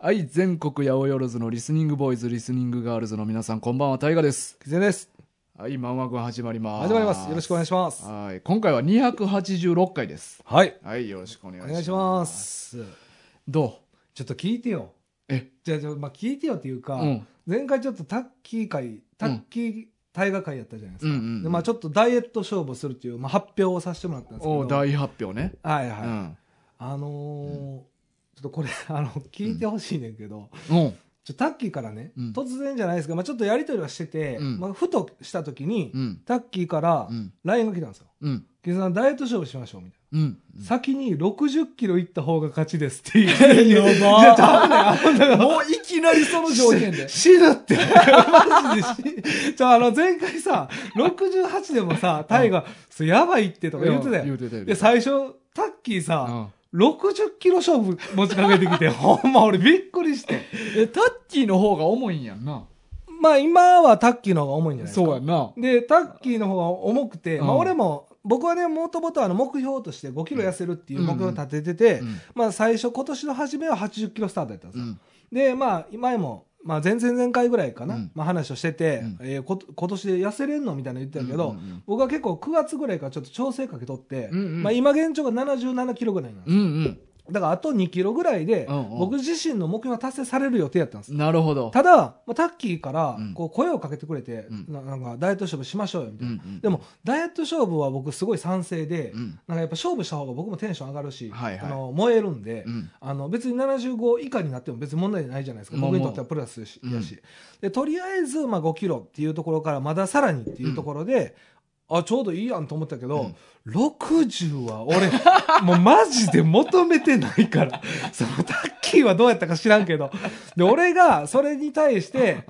はい、全国八百万のリスニングボーイズ、リスニングガールズの皆さん、こんばんは、タイガです。 キゼです。 はい、マンワ軍始まります。 始まります。よろしくお願いします。 はい、今回は286回です。 はい。 はい、よろしくお願いします。 お願いします。 どう？ ちょっと聞いてよ。じゃあ、まあ、聞いてよっていうか、前回ちょっとタッキー大河会やったじゃないですか。で、まあ、ちょっとダイエット勝負するっていう、まあ、発表をさせてもらったんですけど。 大発表ね。 はいはい。ちょっとこれ、聞いてほしいねんけど、タッキーからね、突然じゃないですけど、まあ、ちょっとやりとりはしてて、まあ、ふとした時に、タッキーから LINE が来たんですよ。キゼさん、ダイエット勝負しましょう、みたいな。先に60キロいった方が勝ちですっていう。やばもういきなりその条件で。 死ぬって。マジで前回さ、68でもさ、タイが、それやばいってとか言うてたよ。で、最初、タッキーさ、60キロ勝負持ちかけてきて、ほんま俺びっくりして。 タッキーの方が重いんやんな。 まあ今はタッキーの方が重いんじゃないですか。 そうやな。 で、タッキーの方が重くて、まあ僕はね、もともと目標として5キロ痩せるっていう目標を立ててて、まあ最初今年の初めは80キロスタートやったんですよ。で、まあ前も、まあ前々前回ぐらいかな、まあ話をしてて、今年で痩せれんのみたいなの言ってたけど、僕は結構9月ぐらいからちょっと調整かけとって、まあ今現状が77キロぐらいなんですよ。だからあと2キロぐらいで、僕自身の目標は達成される予定やったんです。 なるほど。 ただ、タッキーからこう声をかけてくれて、なんかダイエット勝負しましょうよみたいな。でも、ダイエット勝負は僕すごい賛成で、なんかやっぱ勝負した方が僕もテンション上がるし、燃えるんで、別に75以下になっても別に問題ないじゃないですか。僕にとってはプラスやし。で、とりあえず、まあ5キロっていうところからまださらにっていうところで、ちょうどいいやんと思ったけど、60は俺、もうマジで求めてないから。そのタッキーはどうやったか知らんけど。で、俺がそれに対して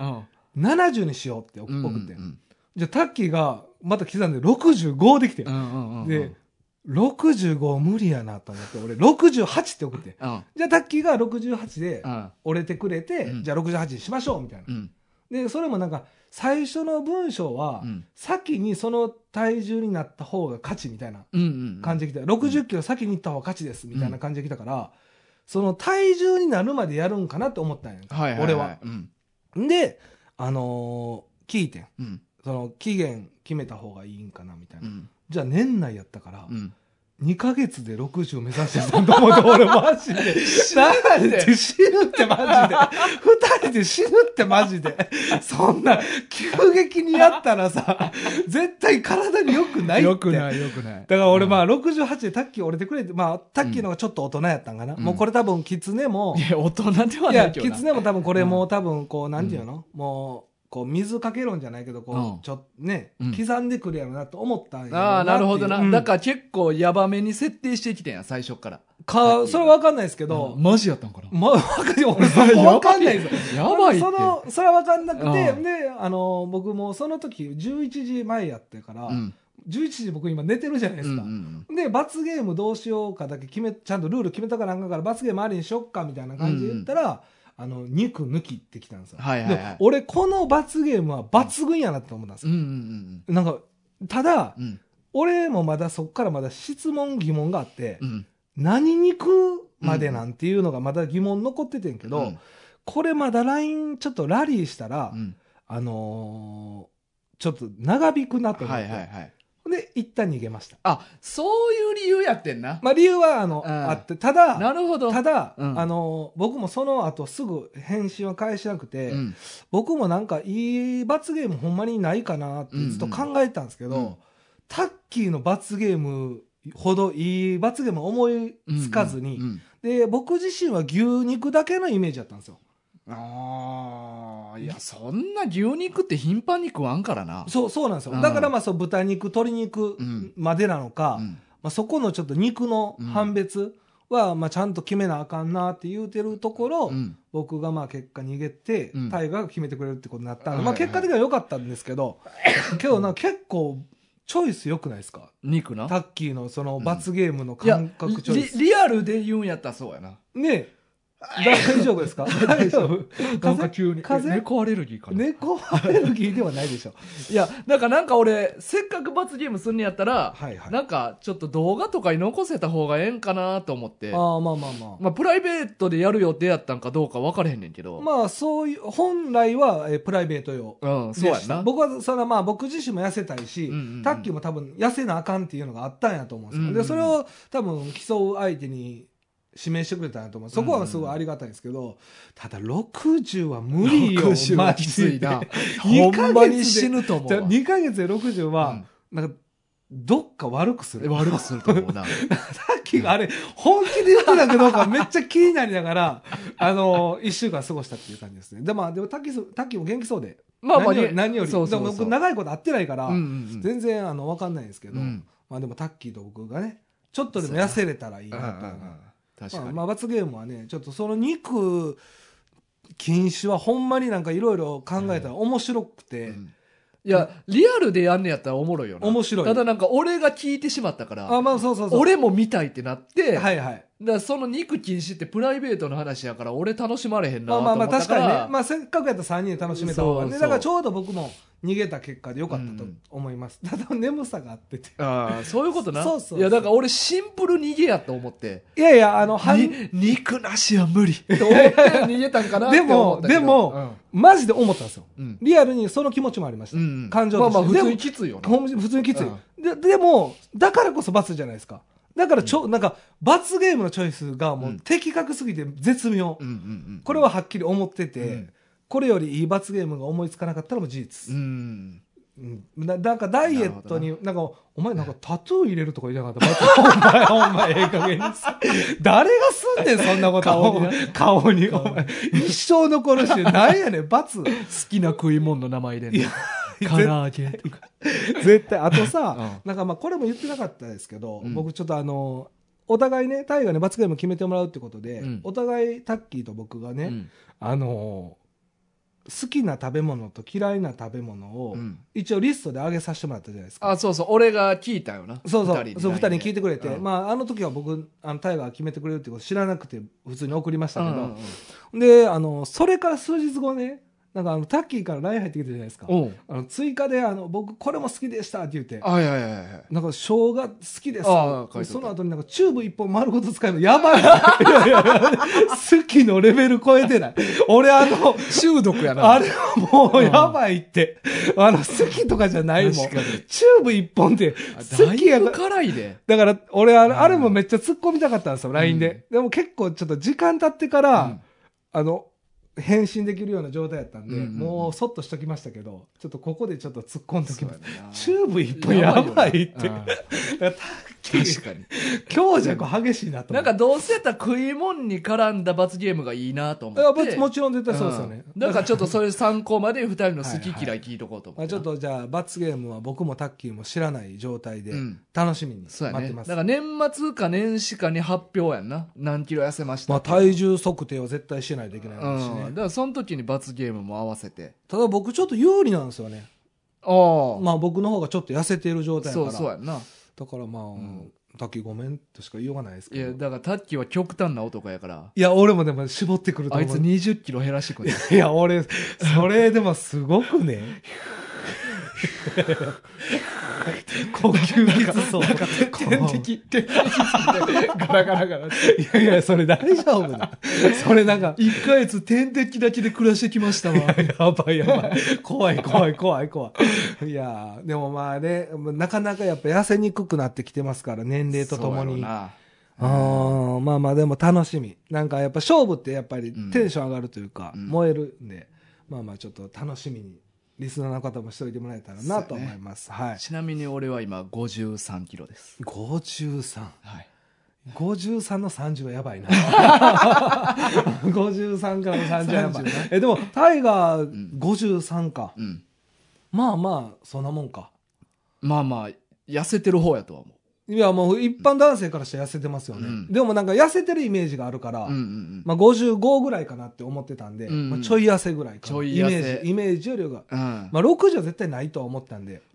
、70にしようって送って。じゃあタッキーがまた刻んで65できて。で、65無理やなと思って、俺68って送って。じゃあタッキーが68で折れてくれて、じゃあ68にしましょうみたいな。で、それもなんか、最初の文章は、先にその体重になった方が勝ちみたいな感じで来た。60キロ先に行った方が勝ちですみたいな感じで来たから、その体重になるまでやるんかなって思ったんや。俺は。で、聞いてん。その期限決めた方がいいんかなみたいな。じゃあ年内やったから、2ヶ月で60を目指してたんと思って、俺マジで。死ぬってマジで。2人で死ぬってマジで。そんな、急激にやったらさ、絶対体に良くないって。 良くない。 だから俺まあ68でタッキー折れてくれて、まあタッキーの方がちょっと大人やったんかな。もうこれ多分キツネも。 いや、大人ではないけどな。いや、 キツネも多分これもう多分こう、なんていうのもう、こう水かけるんじゃないけどこう、ちょっとね、刻んでくるやろなと思ったんやなるほどな。だから結構ヤバめに設定してきてんや、最初から。 それは分かんないですけど。 マジやったんかな。 俺そこ分かんないですよ。やばいって。 それは分かんなくて、で、僕もその時11時前やってから、11時僕今寝てるじゃないですか。で、罰ゲームどうしようかだけちゃんとルール決めたからなんかから罰ゲームありにしよっかみたいな感じで言ったら、肉抜きってきたんですよ。で俺、この罰ゲームは抜群やなって思ったんですよ。なんか、ただ、俺もまだそっからまだ質問疑問があって、何肉までなんていうのがまだ疑問残っててんけど、これまだ LINE ちょっとラリーしたら、ちょっと長引くなと思って。で、一旦逃げました。 そういう理由やってんな。 まあ理由は、あって、ただ、 なるほど。 ただ、僕もその後すぐ返信は返しなくて、僕もなんかいい罰ゲームほんまにないかなってずっと考えてたんですけど、タッキーの罰ゲームほどいい罰ゲーム思いつかずに、で、僕自身は牛肉だけのイメージだったんですよ。 いや、そんな牛肉って頻繁に食わんからな。 そうなんですよ。だからまあ豚肉、鶏肉までなのか、まあそこのちょっと肉の判別はまあちゃんと決めなあかんなって言うてるところ、僕がまあ結果逃げて、タイガーが決めてくれるってことになったんで、まあ結果的には良かったんですけど、けどな結構チョイス良くないですか？ 肉な。 タッキーのその罰ゲームの感覚チョイス。 リアルで言うんやったらそうやな。 ね大丈夫ですか？大丈夫？ なんか急に。 風邪？ 猫アレルギーかな。 猫アレルギーではないでしょ。 いや、なんか俺、せっかく罰ゲームすんねやったら、 はいはい、 なんかちょっと動画とかに残せた方がええんかなと思って。 ああ、まあまあまあ。 まあ、プライベートでやる予定やったんかどうか分からへんねんけど。 まあ、そういう、本来はプライベート用。 うん、そうやな。 僕は、それはまあ僕自身も痩せたいし、タッキーも多分痩せなあかんっていうのがあったんやと思うんですよ。で、それを多分競う相手に、指名してくれたんやと思う。そこはすごいありがたいんですけど、ただ60は無理よ。 60はきついな。ほんまに死ぬと思う。 2ヶ月で60は、なんか、どっか悪くする。 悪くすると思うな。 さっきがあれ、本気で言ってたかどうかめっちゃ気になりながら、1週間過ごしたっていう感じですね。でもタッキーも元気そうで。まあまあ、何より。でも僕長いこと会ってないから、全然わかんないんですけど、まあでもタッキーと僕がね、ちょっとでも痩せれたらいいなと。確かに。まあ、罰ゲームはね、ちょっとその肉禁止はほんまになんかいろいろ考えたら面白くて、 いや、リアルでやんねやったらおもろいよな。 面白い。 ただなんか俺が聞いてしまったから、 まあそうそうそう。 俺も見たいってなって、 はいはい。 だからその肉禁止ってプライベートの話やから俺楽しまれへんなと思ったから。 まあ確かにね。まあせっかくやったら3人で楽しめた方がね。だからちょうど僕も逃げた結果でよかったと思います。ただ眠さがあってて。 ああ、そういうことな。 そうそう。 いやだから俺シンプル逃げやと思って。 いやいや、 肉なしは無理って思って逃げたんかなって思ったけど。 でも、マジで思ったんですよ。リアルにその気持ちもありました。感情として。 まあまあ普通にきついよな。 普通にきつい。でも、だからこそ罰じゃないですか。だからなんか、罰ゲームのチョイスがもう的確すぎて絶妙。これははっきり思ってて、これよりいい罰ゲームが思いつかなかったのも事実。なんかダイエットに、なんか、お前なんかタトゥー入れるとか言いなかった。お前ええ加減にさ。誰がすんねん、そんなこと。顔に。お前、一生残るし、なんやねん、罰。好きな食い物の名前でね。唐揚げとか。 絶対。あとさ、なんかまあこれも言ってなかったですけど、僕ちょっとお互いね、タイがね、罰ゲーム決めてもらうってことで、お互いタッキーと僕がね、好きな食べ物と嫌いな食べ物を、一応リストで上げさせてもらったじゃないですか。 あ、そうそう。俺が聞いたよな。 そうそう。二人に聞いてくれて。まあ、あの時は僕、タイガー決めてくれるってこと知らなくて、普通に送りましたけど。で、それから数日後ね、なんかタッキーから LINE 入ってきたじゃないですか。追加で僕これも好きでしたって言って。なんか生姜好きです。その後になんかチューブ一本丸ごと使えるのやばい。好きのレベル超えてない。俺中毒やな。 あれはもうやばいって。好きとかじゃないもん。チューブ一本って好きやから。 辛いで。 だから俺あれもめっちゃ突っ込みたかったんですよ、LINE で。でも結構ちょっと時間経ってから、返信できるような状態やったんで、もうそっとしときましたけど、ちょっとここでちょっと突っ込んでおきます。チューブ一本やばいって。確かに。強弱激しいなと。 なんかどうせやったら食い物に絡んだ罰ゲームがいいなと思って。 もちろん絶対そうですよね。 だからちょっとそういう参考まで二人の好き嫌い聞いとこうと思って。 ちょっとじゃあ罰ゲームは僕もタッキーも知らない状態で楽しみに待ってます。 だから年末か年始かに発表やんな。何キロ痩せました。 まあ体重測定は絶対しないといけないしね。 だからその時に罰ゲームも合わせて。 ただ僕ちょっと有利なんですよね。まあ僕の方がちょっと痩せている状態だから。 そうやんな。 だからまあ、タッキーごめんとしか言いようがないですけど。 いや、だからタッキーは極端な男やから。 いや、俺もでも絞ってくると思う。 あいつ20キロ減らしてくる。 いや、俺、それでもすごくね。呼吸きつそう。なんか点滴ガラガラガラ。 いやいや、それ大丈夫だ。それなんか。 1ヶ月点滴だけで暮らしてきましたわ。 やばいやばい。怖い。いやでもまあね、なかなかやっぱ痩せにくくなってきてますから、年齢とともに。まあまあでも楽しみ。なんかやっぱ勝負ってやっぱりテンション上がるというか、燃えるんで、まあまあちょっと楽しみに。リスナーの方もしといてもらえたらなと思います。はい。 ちなみに俺は今53キロです。 53。はい。53の30はやばいな。53からの30はやばい。でも、タイガー53か。まあまあ、そんなもんか。 まあまあ、痩せてる方やとは思う。 いや、もう一般男性からして痩せてますよね。でもなんか痩せてるイメージがあるから、まあ55ぐらいかなって思ってたんで、まあちょい痩せぐらいかな。 ちょい痩せ。 イメージよりが。まあ60は絶対ないとは思ったんで。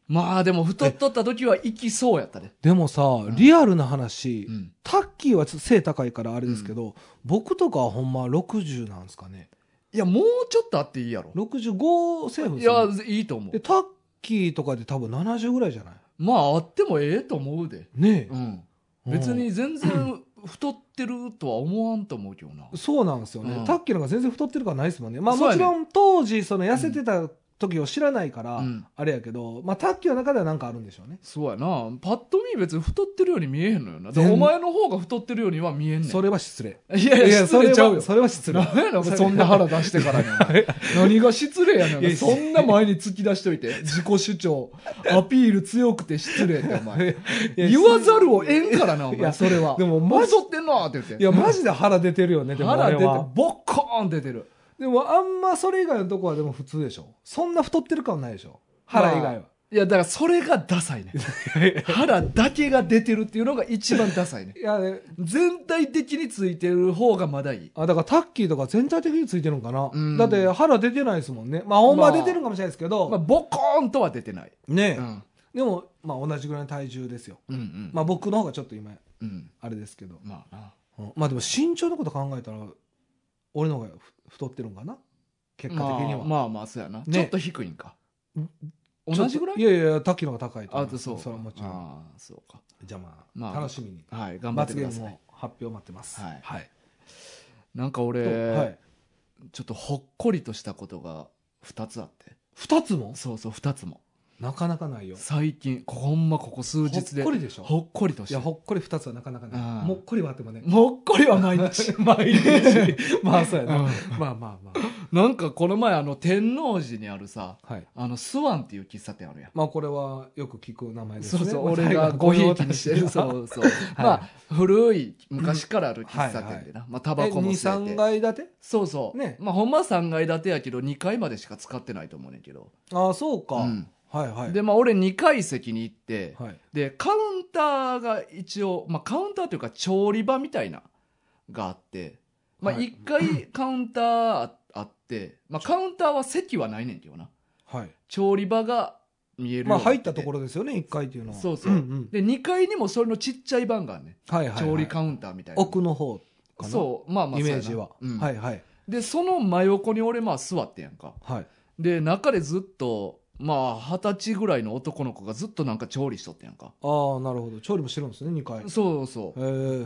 まあでも太っとった時は行きそうやったで。 でもさ、リアルな話、タッキーは背高いからあれですけど、僕とかはほんま60なんですかね。 いや、もうちょっとあっていいやろ。 65セーフですよ。いや、いいと思う。 で、タッキーとかで多分70ぐらいじゃない？ まあ、あってもええと思うで。 ねえ。別に全然太ってるとは思わんと思うけどな。 そうなんですよね。タッキーの方が全然太ってるからないですもんね。まあもちろん当時、痩せてた時を知らないから、あれやけど、まあタッキーの中ではなんかあるんでしょうね。 そうやな。パッと見別に太ってるように見えへんのよな。お前の方が太ってるようには見えんねん。 それは失礼。 いやいや、失礼ちゃうよ。 それは失礼。 何やそんな腹出してからに。何が失礼やねん。そんな前に突き出しといて。自己主張。アピール強くて失礼ってお前。言わざるを得んからな、お前。それは。 でも太ってんなって言って。 いや、マジで腹出てるよね、でも腹出て、ボッコーン出てる。 でもあんまそれ以外のとこはでも普通でしょ。そんな太ってる感ないでしょ。腹以外は。 いや、だからそれがダサいね。腹だけが出てるっていうのが一番ダサいね。いや、全体的についてる方がまだいい。 だからタッキーとか全体的についてるのかな。だって腹出てないですもんね。まあほんまは出てるかもしれないですけど。 ボコーンとは出てない。 ねえ。でも、まあ同じぐらいの体重ですよ。まあ僕の方がちょっと今、あれですけど。まあでも身長のこと考えたら、俺の方が太ってるんかな、結果的には。 まあまあそうやな、ちょっと低いんか。同じぐらい？ いやいや、タッキーの方が高いと。 そう。 それはもちろん。 ああ、そうか。 じゃあまあ、楽しみに。 はい、頑張ってください。 罰ゲームも発表待ってます。はい。 なんか俺、ちょっとほっこりとしたことが2つあって。 2つも？ そうそう、2つも。 なかなかないよ。 最近、ほんまここ数日で。 ほっこりでしょ？ ほっこりとして。 いや、ほっこり2つはなかなかない。もっこりはあってもね。 もっこりは毎日。 毎日。まあ、そうやな。まあまあまあ。 なんかこの前天王寺にあるさ、スワンっていう喫茶店あるやん。 まあこれはよく聞く名前ですね。 そうそう、俺がごひいきにしてる。そうそう。まあ、古い、昔からある喫茶店でな。まあ、タバコも吸えて。 2、3階建て？ そうそう。まあ、ほんま3階建てやけど、2階までしか使ってないと思うねんけど。 ああ、そうか。はいはい。 で、まあ、俺2階席に行って、で、カウンターが一応、まあ、カウンターというか調理場みたいな、があって、まあ、1階カウンターあって、まあ、カウンターは席はないねんけどな。調理場が見える。 まあ、入ったところですよね、1階っていうのは。 そうそう。で、2階にもそれのちっちゃい版があるねん。調理カウンターみたいな。 奥の方かな。 そう、まあまあ、 イメージは。はいはい。 で、その真横に俺、まあ、座ってんやんか。で、中でずっと、まあ、20歳ぐらいの男の子がずっとなんか調理しとってんやんか。 ああ、なるほど。調理もしてるんですね、2階。 そうそう。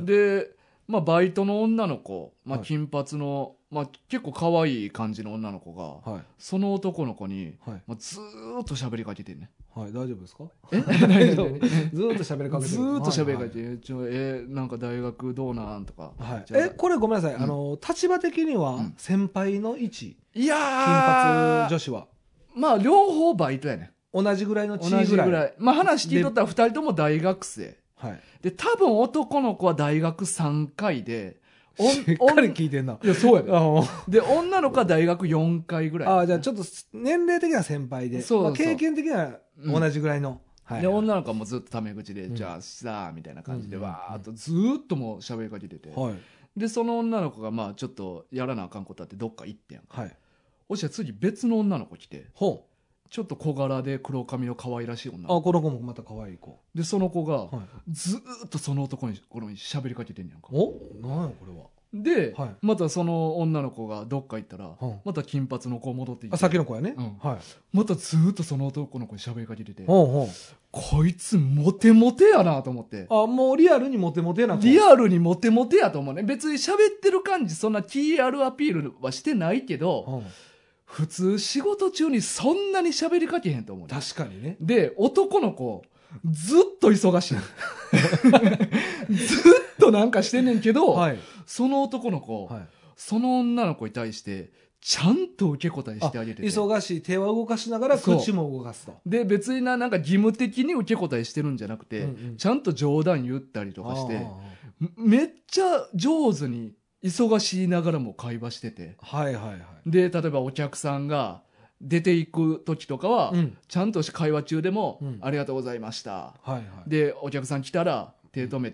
で、まあ、バイトの女の子、まあ、金髪の、まあ、結構可愛い感じの女の子が、その男の子に、まあ、ずーっと喋りかけてんね。 はい、大丈夫ですか？ 大丈夫。 ずーっと喋りかけてる。 ずーっと喋りかけて、なんか大学どうなんとか。 これごめんなさい。立場的には先輩の位置。 いやー。金髪女子は。 まあ、両方バイトやねん。同じぐらいの地位ぐらい。 まあ、話聞いとったら2人とも大学生。で、多分男の子は大学3回で、 しっかり聞いてんな。 いや、そうやね。で、女の子は大学4回ぐらい。 ああ、じゃあちょっと年齢的には先輩で、経験的には同じぐらいの。 で、女の子はもうずっとタメ口で、じゃあさあ、みたいな感じで、わーっとずーっともう喋りかけてて。で、その女の子がまあちょっとやらなあかんことあってどっか行ってん。おっしゃ次別の女の子来て。ちょっと小柄で黒髪の可愛らしい女。 この子もまた可愛い子。 で、その子が、ずーっとその男に喋りかけてんやんか。 なんやこれは。 で、またその女の子がどっか行ったら、また金髪の子戻ってきて。 さっきの子やね。 またずーっとその男の子に喋りかけてて、こいつモテモテやなと思って。 もうリアルにモテモテな子。 リアルにモテモテやと思うね。別に喋ってる感じ、そんな TR アピールはしてないけど、普通仕事中にそんなに喋りかけへんと思う、 ね。確かにね。 で、男の子、ずっと忙しい。ずっとなんかしてんねんけど、その男の子、その女の子に対して、ちゃんと受け答えしてあげてて。 忙しい。手は動かしながら口も動かすと。 で、別になんか義務的に受け答えしてるんじゃなくて、ちゃんと冗談言ったりとかして、めっちゃ上手に、忙しいながらも会話してて。で、例えばお客さんが出ていく時とかは、ちゃんと会話中でも、ありがとうございました。で、お客さん来たら手止めて、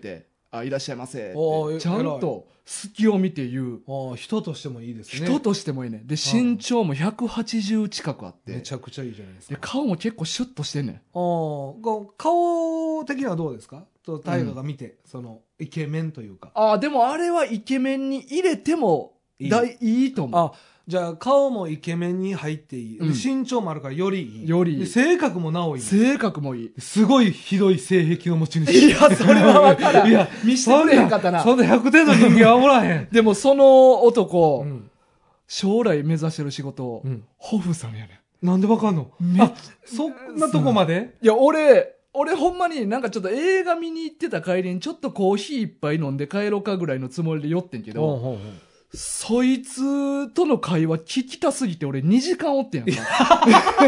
いらっしゃいませってちゃんと隙を見て言う。 人としてもいいですね。 人としてもいいね。で、身長も180近くあって。 めちゃくちゃいいじゃないですか。 で、顔も結構シュッとしてんねん。 顔的にはどうですか？大河が見て、その、イケメンというか。 でもあれはイケメンに入れてもいいと思う。 じゃあ顔もイケメンに入っていい。身長もあるからよりいい。 よりいい。 性格もなおいい。 性格もいい。 すごいひどい性癖の持ち主。 いや、それは分からん。いや、見してくれへんかったな。 そんな100点の人間はおらへん。 でもその男、将来目指してる仕事、ホフさんやねん。なんでわかんの？そんなとこまで？ いや、俺ほんまになんかちょっと映画見に行ってた帰りにちょっとコーヒー一杯飲んで帰ろうかぐらいのつもりで酔ってんけど、そいつとの会話聞きたすぎて俺2時間おってんやんか。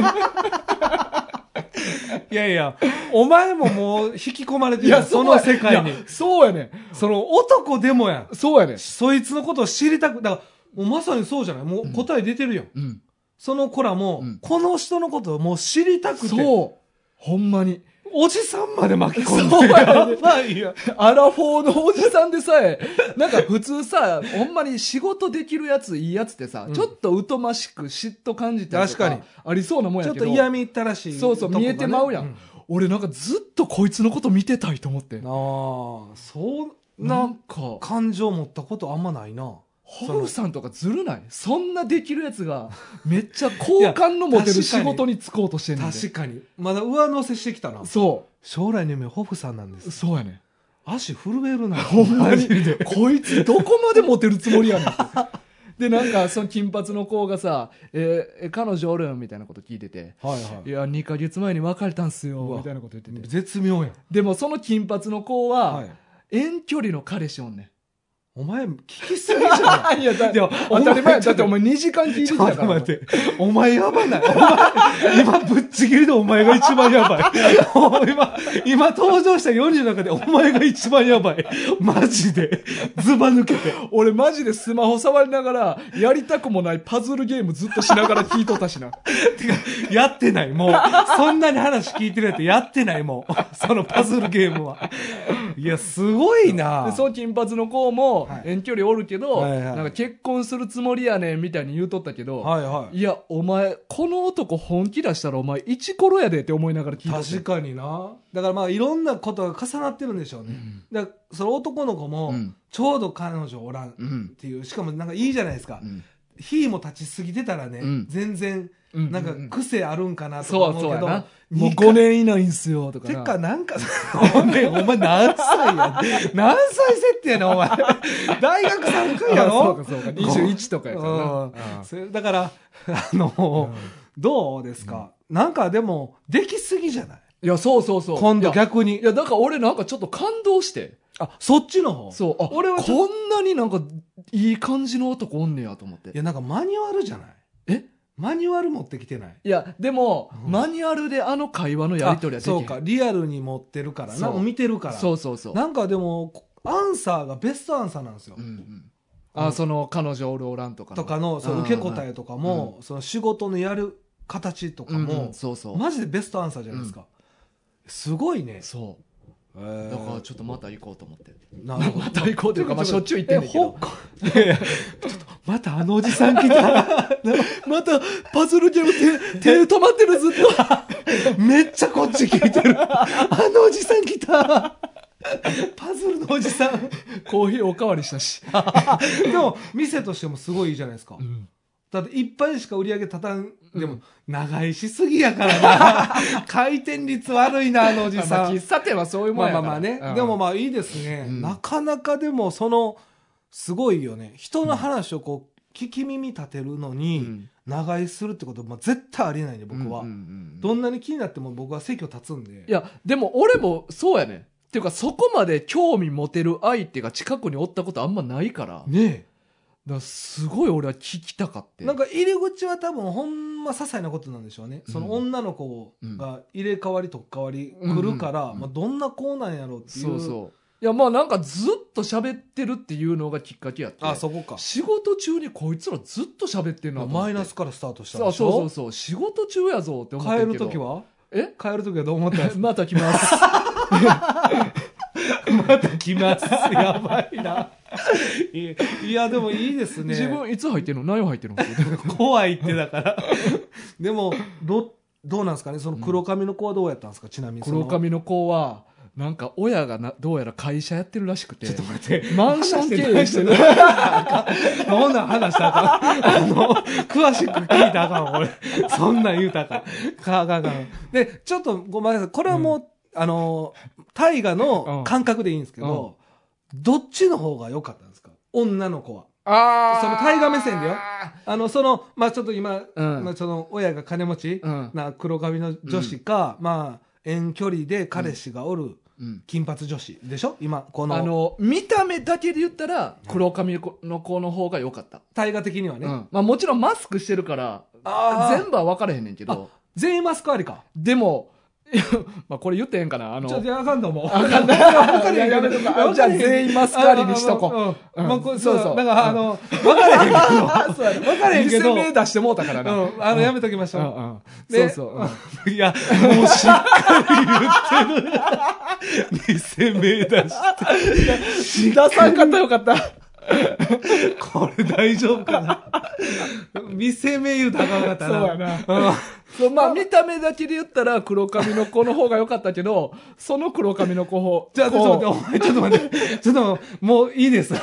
いやいや、お前ももう引き込まれてる。いや、その世界に。 そうやね。 その男でもやん。 そうやね。 そいつのことを知りたく、だから、もうまさにそうじゃない？もう答え出てるよ。その子らも、この人のことをもう知りたくて。 そう。ほんまに。 おじさんまで巻き込んでる。やばいや。 アラフォーのおじさんでさえ、なんか普通さ、ほんまに仕事できるやつ、いいやつってさ、ちょっと疎ましく嫉妬感じたりとか、確かにありそうなもんやけど。 ちょっと嫌みったらしい。 そうそう、見えてまうやん。俺なんかずっとこいつのこと見てたいと思って。 そんな感情持ったことあんまないな。 ホフさんとかずるない？そんなできるやつがめっちゃ好感の持てる仕事に就こうとしてんねんで。 確かに。まだ上乗せしてきたな。 そう。 将来の夢はホフさんなんです。 そうやね。 足震えるな。 ほんまに。こいつどこまでモテるつもりやねん。で、なんかその金髪の子がさ、彼女おるんみたいなこと聞いてて、いや、2ヶ月前に別れたんすよ、みたいなこと言ってて。 絶妙やん。 でもその金髪の子は、遠距離の彼氏おんねん。 お前、聞きすぎじゃない？ いや、当たり前。だってお前2時間聞いてきたから。 待って。お前やばない。今ぶっちぎりでお前が一番やばい。今登場した40の中でお前が一番やばい。マジで。ズバ抜けて。 俺マジでスマホ触りながら、やりたくもないパズルゲームずっとしながら聞いとったしな。てか、 やってない。もう、そんなに話聞いてるやつやってないもう。そのパズルゲームは。いや、すごいな。 で、その金髪の子も、遠距離おるけど、なんか結婚するつもりやねんみたいに言うとったけど、いや、お前、この男本気出したらお前、イチコロやでって思いながら聞いてた。 確かにな。だからまあ、いろんなことが重なってるんでしょうね。だから、その男の子も、ちょうど彼女おらんっていう、しかもなんかいいじゃないですか。火も立ちすぎてたらね、全然、なんか癖あるんかなとか思うけど、 もう5年以内んすよとかてかなんか、お前何歳や何歳設定やなお前。大学3回やろ？ そうかそうか。21とかやからな。だから、どうですか？なんかでも、できすぎじゃない？ いや、そう。 今度逆に。 いや、だから俺なんかちょっと感動して。 そっちの方？ そう。俺はこんなになんかいい感じの男おんねやと思って。 いや、なんかマニュアルじゃない？マニュアル持ってきてない？ いや、でも、マニュアルであの会話のやり取りはできへん。 そうか、リアルに持ってるからな。見てるから。 そう。 なんかでも、アンサーがベストアンサーなんですよ。 その、彼女おらんとかの。とかの、その受け答えとかも、その仕事のやる形とかも、マジでベストアンサーじゃないですか。すごいね。 そう。だからちょっとまた行こうと思って。また行こうというか、まあしょっちゅう行ってんねんけど。 ちょっと、またあのおじさん来た。 またパズルゲーム手止まってるずっと。めっちゃこっち聞いてる。あのおじさん来た。パズルのおじさん。 コーヒーおかわりしたし。 でも、店としてもすごいいいじゃないですか。だって一杯しか売り上げ立たんでも、長居しすぎやからな。回転率悪いな、あのおじさん。 喫茶店はそういうもんやから。 まあね。でもまあいいですね。なかなかでもすごいよね。人の話をこう、聞き耳立てるのに、長居するってことは絶対ありえないんで、僕は。どんなに気になっても僕は席を立つんで。 いや、でも俺もそうやね。っていうかそこまで興味持てる相手が近くにおったことあんまないから。 ねえ。 だからすごい俺は聞きたかって。 なんか入り口は多分ほんま些細なことなんでしょうね。その女の子が入れ替わりとっかわり来るから、まあどんな子なんやろうっていう。 そう。いやまあなんかずっと喋ってるっていうのがきっかけやって。 そこか。 仕事中にこいつらずっと喋ってるのはマイナスからスタートしたんでしょ。 そう。仕事中やぞって思ってるけど。 帰るときはどう思ったんですか？ また来ます。 また来ます。やばいな。いや、でもいいですね。 自分いつ入ってんの？何を入ってるの？ 怖いってだから。でも、どうなんですかね、その黒髪の子はどうやったんですか、ちなみに。 黒髪の子は、なんか親がどうやら会社やってるらしくて。 ちょっと待って。 マンション経営してる。 そんなん話したらあかん。詳しく聞いたらあかん、俺。そんなん言うたらあかん。で、ちょっとごめんなさい。これはもう、大河の感覚でいいんですけど、どっちの方が良かったんですか？女の子は。その大河目線でよ。まあちょっと今、まあその親が金持ちな黒髪の女子か、まあ遠距離で彼氏がおる金髪女子でしょ？今、この。 見た目だけで言ったら、黒髪の子の方が良かった。 大河的にはね。 まあもちろんマスクしてるから、全部は分からへんねんけど。 全員マスクありか。 でも、まあこれ言ってへんかな。 ちょっとあかんのも。 あかんな。やめとか。じゃあ全員マスクありにしとこう。 そうそう。なんか分からへんけど。分からへんけど。 見せ目出してもうたからな。 やめときましょう。そうそう。 いや、もうしっかり言ってる。見せ目出して。 出さんかったよかった。 これ大丈夫かな。見せ目言うたらあかんかったな。 そうやな。まあ見た目だけで言ったら黒髪の子の方が良かったけど、その黒髪の子じゃあちょっと待って、ちょっと待って、ちょっともういいです。これ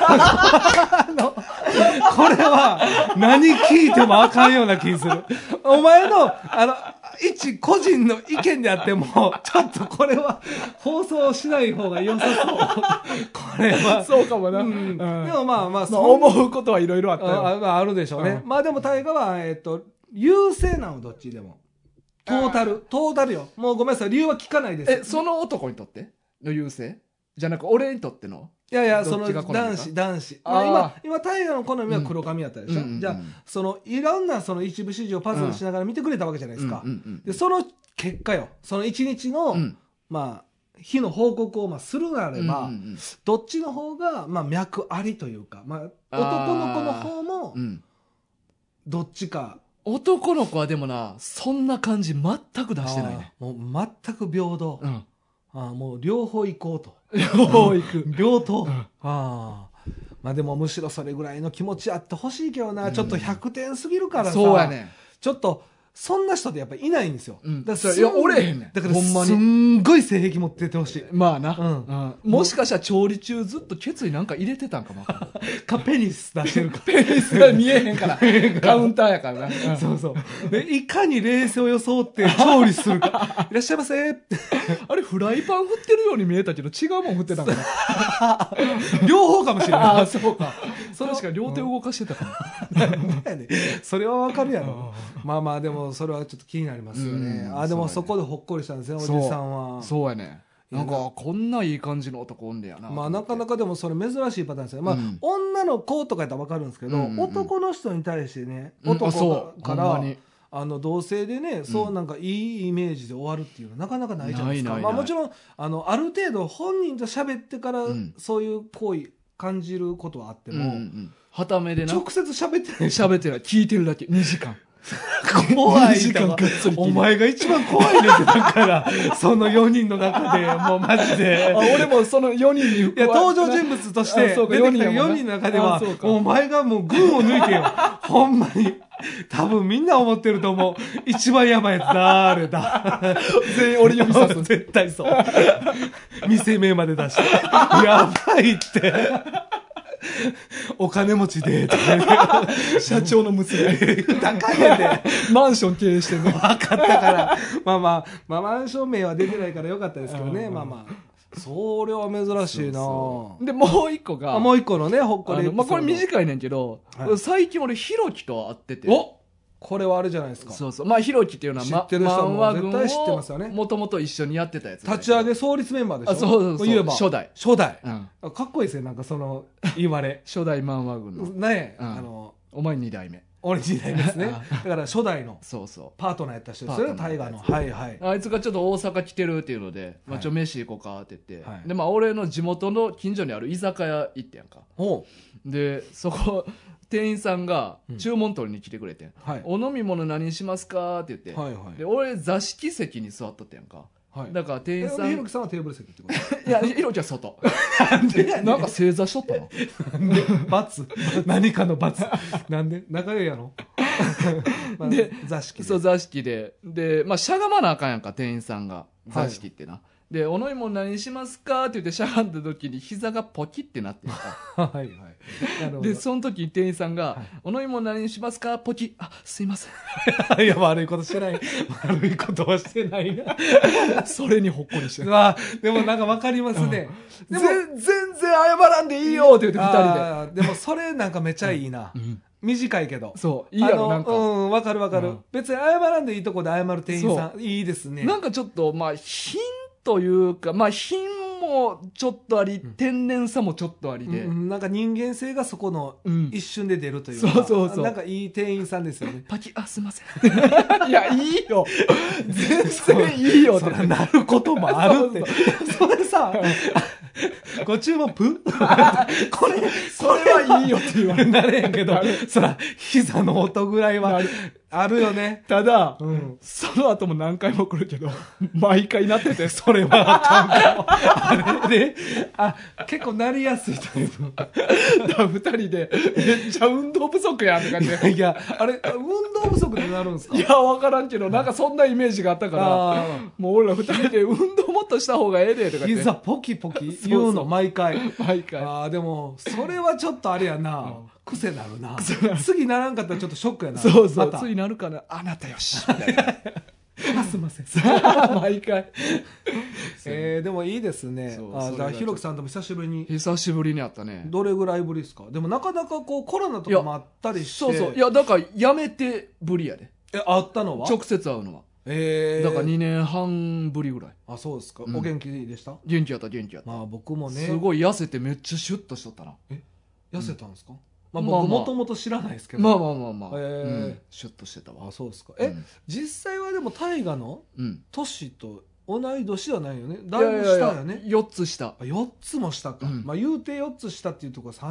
は何聞いてもあかんような気する。お前の、一個人の意見であっても、ちょっとこれは放送しない方が良さそう。これは。 そうかもな。でもまあ、 思うことはいろいろあったよ。 あるでしょうね。まあでも大河は、優勢なのどっちでも。トータルよ。もうごめんなさい、理由は聞かないです。 その男にとっての優勢じゃなく、俺にとっての？ いや、その男子。今、大河の好みは黒髪やったでしょ。じゃあ、いろんなその一部始終をパズルしながら見てくれたわけじゃないですか。で、その結果よ。その一日の、まあ、日の報告をするなれば、どっちの方が、まあ、脈ありというか、まあ、男の子の方も、どっちか。 男の子はでもな、そんな感じ全く出してないね。 もう全く平等。もう両方行こうと。 両方行く。 両党。まあでもむしろそれぐらいの気持ちあってほしいけどな、ちょっと100点すぎるからさ。 そうやね。 ちょっと、そんな人ってやっぱいないんですよ。 だからいや、おれへんねん。 だからほんまに。すんごい性癖持っててほしい。 まあな。もしかしたら調理中ずっと決意なんか入れてたんかも。 かペニス出してるか。 ペニスが見えへんから。カウンターやからな。 そうそう。で、いかに冷静を装って調理するか。いらっしゃいませ。 あれ、フライパン振ってるように見えたけど、違うもん振ってたんかな。 両方かもしれない。 あ、そうか。確か両手動かしてたかも。 それはわかるやろ。まあまあ、でも、それはちょっと気になりますよね。でもそこでほっこりしたんですね、おじさんは。 そうやね。なんか、こんないい感じの男おんねやな。 まあ、なかなかでもそれ珍しいパターンですよ。まあ、女の子とかやったらわかるんですけど、男の人に対してね、男から、同性でね、そうなんかいいイメージで終わるっていうのはなかなかないじゃないですか。まあもちろん、ある程度本人と喋ってから、そういう行為感じることはあっても、 はためでな。 直接喋ってない。 喋ってない。聞いてるだけ。2時間。 怖いお前が一番怖いねってだからその4人の中でもうマジで俺もその4人にいや登場人物として出てきた4人の中ではお前がもう群を抜いてよほんまに多分みんな思ってると思う一番やばいやつ誰だ全員俺呼びさす絶対そう店名まで出してやばいってお金持ちで、 社長の娘。 高いやで。 マンション経営してるの。 分かったから。まあ、マンション名は出てないからよかったですけどね。まあ。それは珍しいなで、もう一個が。 もう一個のね、ほっこり。 まあ、これ短いねんけど、最近俺、ひろきと会ってて。 これはあれじゃないですか。 そうそう。まあ、ひろきっていうのは、 知ってる人も絶対知ってますよね。 もともと一緒にやってたやつ。 立ち上げ創立メンバーでしょ。 そう。 言えば。 初代。 かっこいいですね、なんかその、言われ。 初代漫画軍の。 ねお前2代目。 俺2代目ですね。だから初代の。 そうそう。 パートナーやった人ですよね、タイガーの。はいはい。 あいつがちょっと大阪来てるっていうので、まあ飯行こうかって言って。で、まあ俺の地元の近所にある居酒屋行ってやんか。で、そこ、店員さんが注文取りに来てくれて、お飲み物何しますかって言って、で俺座敷席に座っとってやんか、 だから店員さん。 ひろきさんはテーブル席ってこと？ いや、ひろきは外。なんでなんか正座しとったの？ なんで罰何かの罰なんで仲良いやろで、 座敷で。 そう、座敷で。で、まあ、しゃがまなあかんやんか、店員さんが。座敷ってな。で、お飲み物何しますかって言ってしゃがんだ時に膝がポキってなってるか。 はいはい。 で、その時に店員さんが、お飲み物何しますかポキ。あ、すいません。いや、悪いことしてない。悪いことはしてないな。 それにほっこりしてる。 でもなんかわかりますね。 全然謝らんでいいよって言って二人で。でもそれなんかめちゃいいな。短いけど。 そう。いいやろ、なんか。 わかるわかる。別に謝らんでいいとこで謝る店員さん、いいですね。 なんかちょっと、まあ、品というか、まあ、品もちょっとあり、天然さもちょっとありで。 なんか人間性がそこの一瞬で出るというか。そう。なんかいい店員さんですよね。 パキ、あ、すいません。いや、いいよ。全然いいよって。 なることもあるって。それさ、ご注文プこれはいいよって言われなれへんけど、そら、膝の音ぐらいはあるよね。 ただ、その後も何回も来るけど、毎回なってて、 それはあかんかも。あれで、結構なりやすいというか。 二人で、めっちゃ運動不足やんって感じで。 いや、あれ、運動不足でなるんですか？ いや、わからんけど、なんかそんなイメージがあったから、もう俺ら二人で運動もっとした方がええで、とか言って。 膝ポキポキ言うの、毎回。 毎回。 でも、それはちょっとあれやな。癖なるな。次ならんかったらちょっとショックやな。 そうそう。次なるかな。あなたよし。みたいな。 すいません。 毎回。 でもいいですね。じゃあ、ひろきさんとも久しぶりに。 久しぶりに会ったね。 どれぐらいぶりですか？でもなかなかこうコロナとかもあったりして。 そう。いや、だからやめてぶりやで。 会ったのは？ 直接会うのは。だから2年半ぶりぐらい。 あ、そうですか。お元気でした？ 元気やった。 まあ僕もね。 すごい痩せてめっちゃシュッとしとったな。 痩せたんですか？まあ僕もともと知らないですけど。 まあ。シュッとしてたわ。 あ、そうですか。実際はでも大河の年と同い年じゃないよね。だいぶ下やね。 4つ下。 4つも下か。まあ言うて4つ下っていうところは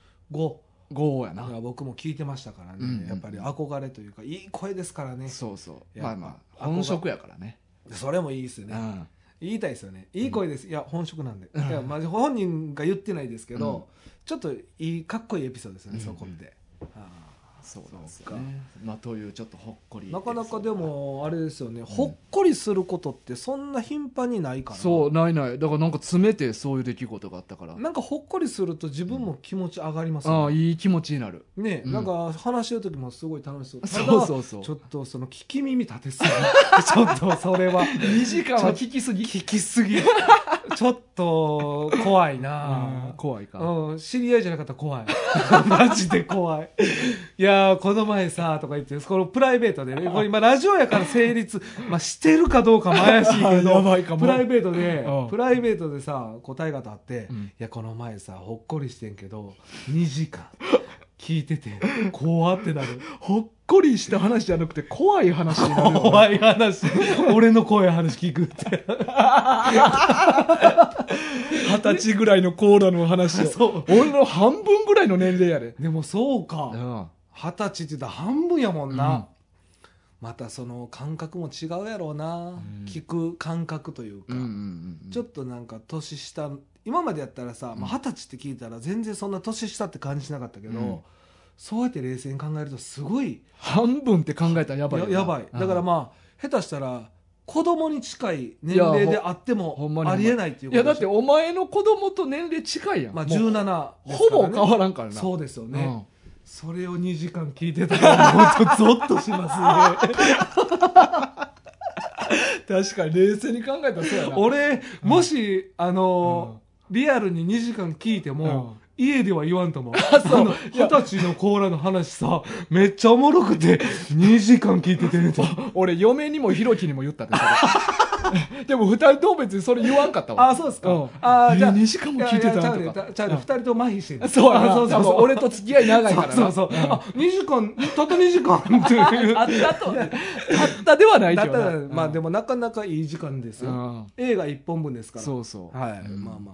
35。 やな。 僕も聞いてましたからね。やっぱり憧れというか、いい声ですからね。 そう。まあ、本職やからね。 それもいいですよね。言いたいですよね。いい声です。いや、本職なんで。いや、まあ本人が言ってないですけど、ちょっとかっこいいエピソードですよね、そこで。 そうですか。まあ、というちょっとほっこり。 なかなかでも、あれですよね、ほっこりすることってそんな頻繁にないから。 そう、ない。だからなんか詰めてそういう出来事があったから。 なんかほっこりすると自分も気持ち上がりますね。 いい気持ちになる。 ね、なんか話してる時もすごい楽しそう。 そう。 ちょっとその聞き耳立てすぎ。ちょっとそれは。 2時間は聞きすぎ。 ちょっと怖いな。 怖いか。 知り合いじゃなかったら怖い。マジで怖い。いやこの前さとか言って、このプライベートでね、これ今ラジオやから成立、まあしてるかどうかも怪しいけど、プライベートでさ、大河と会って、いやこの前さほっこりしてんけど2時間聞いてて怖ってなる。 ほっこりした話じゃなくて怖い話になる。 怖い話。俺の怖い話聞くって。 20歳ぐらいのコーラの話を。俺の半分ぐらいの年齢やで。 でもそうか。20歳って言ったら半分やもんな。またその感覚も違うやろうな。聞く感覚というか。ちょっとなんか年下、今までやったらさ、20歳って聞いたら全然そんな年下って感じなかったけど、そうやって冷静に考えるとすごい。 半分って考えたらやばいよな。 やばい。だからまあ、下手したら、子供に近い年齢であってもありえないっていうこと。 いやだってお前の子供と年齢近いやん。 まあ17 ですからね。ほぼ変わらんからな。 そうですよね。それを2時間聞いてたら本当ゾッとしますね。 確かに冷静に考えたらそうやな。 俺もしリアルに2時間聞いても。家では言わんと思う。20歳のコーラの話さ、めっちゃおもろくて、2時間聞いててると。 俺、嫁にもひろきにも言ったで、それ。でも、2人とも別にそれ言わんかったわ。 そうですか。じゃあ、2時間も聞いてたとか。 ちゃうね、2人とも麻痺してる。 そうやな。俺と付き合い長いからな。 そう。2時間、たった2時間っていう。 あったではないけどな。 まあでもなかなかいい時間ですよ。映画1本分ですから。 そう。 はい。まあ。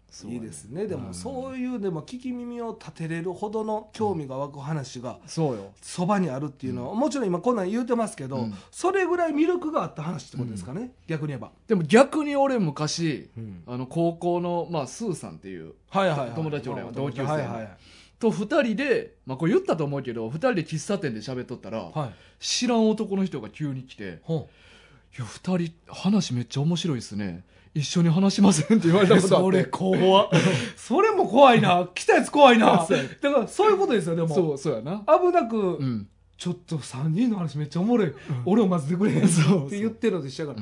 いいですね。でもそういうでも聞き耳を立てれるほどの興味が湧く話がそばにあるっていうのは、もちろん今こんなん言うてますけど、それぐらい魅力があった話ってことですかね、逆に言えば。 でも逆に俺昔、高校の、スーさんっていう友達俺は同級生と2人で、これ言ったと思うけど2人で喫茶店で喋っとったら、知らん男の人が急に来て「いや2人話めっちゃ面白いですね、一緒に話しません」って言われたことあってそれ怖っそれも怖いな、来たやつ怖いなだからそういうことですよ。でもそうやな、 危なく、ちょっと3人の話めっちゃおもろい、俺を混ぜてくれへんって言ってるのと一緒やから、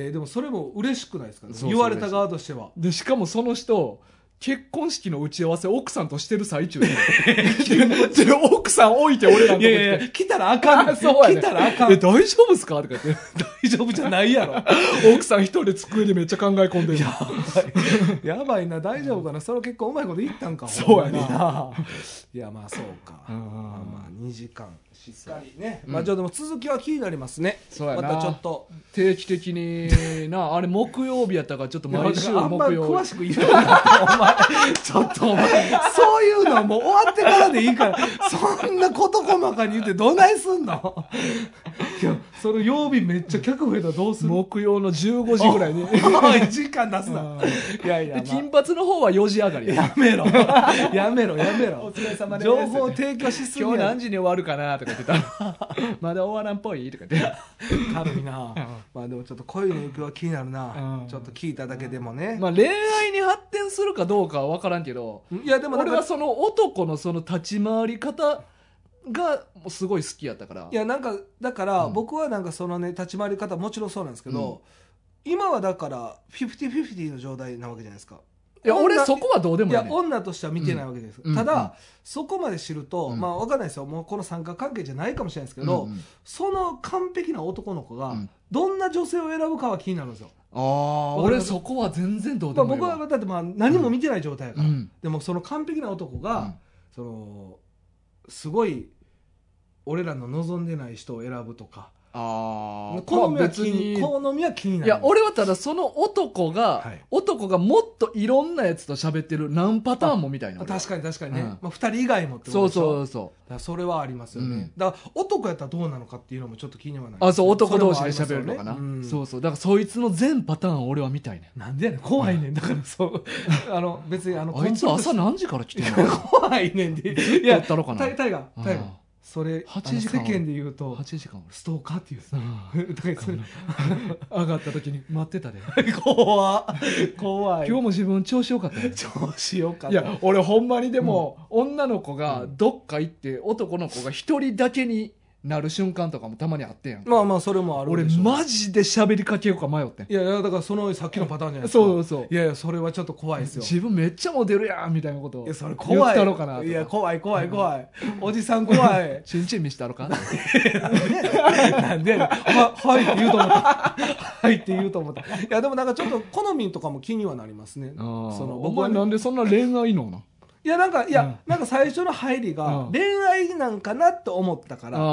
でもそれも嬉しくないですかね、言われた側としては。 でしかもその人結婚式の打ち合わせ奥さんとしてる最中で奥さん置いて俺らのとこ来て、 いやいや来たらあかんねん、 そうやねん、 来たらあかん、 大丈夫っすかとか言って大丈夫じゃないやろ奥さん一人で机でめっちゃ考え込んでるやばいな、大丈夫かな、それ結構うまいこと言ったんか。 そうやねいやまあそうか、2時間しっかりね、じゃあでも続きは気になりますね。 そうやな、 またちょっと定期的にな、あれ木曜日やったからちょっと毎週木曜日、 あんま詳しく言うなお前ちょっとお前そういうのはもう終わってからでいいからそんな事細かに言ってどないすんのいやその曜日めっちゃ客増えたらどうする。 木曜の15時ぐらいに時間出すな。いやいや、 金髪の方は4時上がりやめろやめろやめろ、 お疲れ様です、 情報提供しすぎや。 今日何時に終わるかなとか言ってたらまだ終わらんっぽいとか言って軽いなまあでもちょっと恋の行方は気になるな、ちょっと聞いただけでもね、 恋愛に発展するかどうかは分からんけど、いやでも俺はその男のその立ち回り方がすごい好きやったから。 いやなんかだから僕はなんかそのね立ち回り方もちろんそうなんですけど、今はだから50-50の状態なわけじゃないですか。 いや俺そこはどうでもいい、ね、 いや女としては見てないわけです、ただ、そこまで知ると、まあ分かんないですよ、もうこの三角関係じゃないかもしれないですけど、その完璧な男の子がどんな女性を選ぶかは気になるんですよ。 俺そこは全然どうでもいいわ。 僕はだって何も見てない状態やから、でもその完璧な男が、そのすごい俺らの望んでない人を選ぶとか、好みは気になる。 いや俺はただその男がもっといろんなやつと喋ってる何パターンもみたいな。 確かに確かにね、2人以外もってことでしょ。そうそれはありますよね、だから男やったらどうなのかっていうのもちょっと気にはなる。 そう男同士で喋るのかな、そうだからそいつの全パターン俺は見たいね。 なんでやねん、怖いねん。だからそう別にあいつ朝何時から来てんの怖いねんで。 いやったろかな。 タイガそれ世間で言うと 8時間ストーカーっていうさ、 上がった時に待ってたで怖い。 今日も自分調子よかったね。 調子よかった。 いや俺ほんまにでも、女の子がどっか行って男の子が一人だけになる瞬間とかもたまにあってんやん。 まあそれもあるでしょ。 俺マジで喋りかけようか迷ってん。 いやだからそのさっきのパターンじゃないですか。 そういやそれはちょっと怖いですよ。 自分めっちゃモテるやんみたいなことをそれ怖い言ったろかなとか。 いや怖いおじさん怖い。 チンチン見したろかなんではいって言うと思ったはいって言うと思った。いやでもなんかちょっと好みとかも気にはなりますね。 お前なんでそんな恋愛のいやなんか最初の入りが恋愛なんかなと思ったから、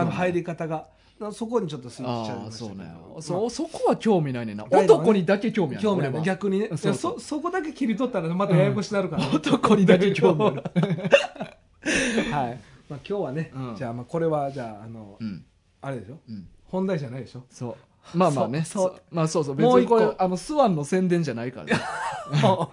入り方がそこにちょっとスイッチしちゃいましたけど、 そこは興味ないねんな。男にだけ興味ある。 逆にね。そこだけ切り取ったらまたややこしになるから、 男にだけ興味ある。 はい。今日はね、じゃあこれはじゃああれでしょ、本題じゃないでしょ。 そう。まあね。そう。別にこれスワンの宣伝じゃないからね。 はい。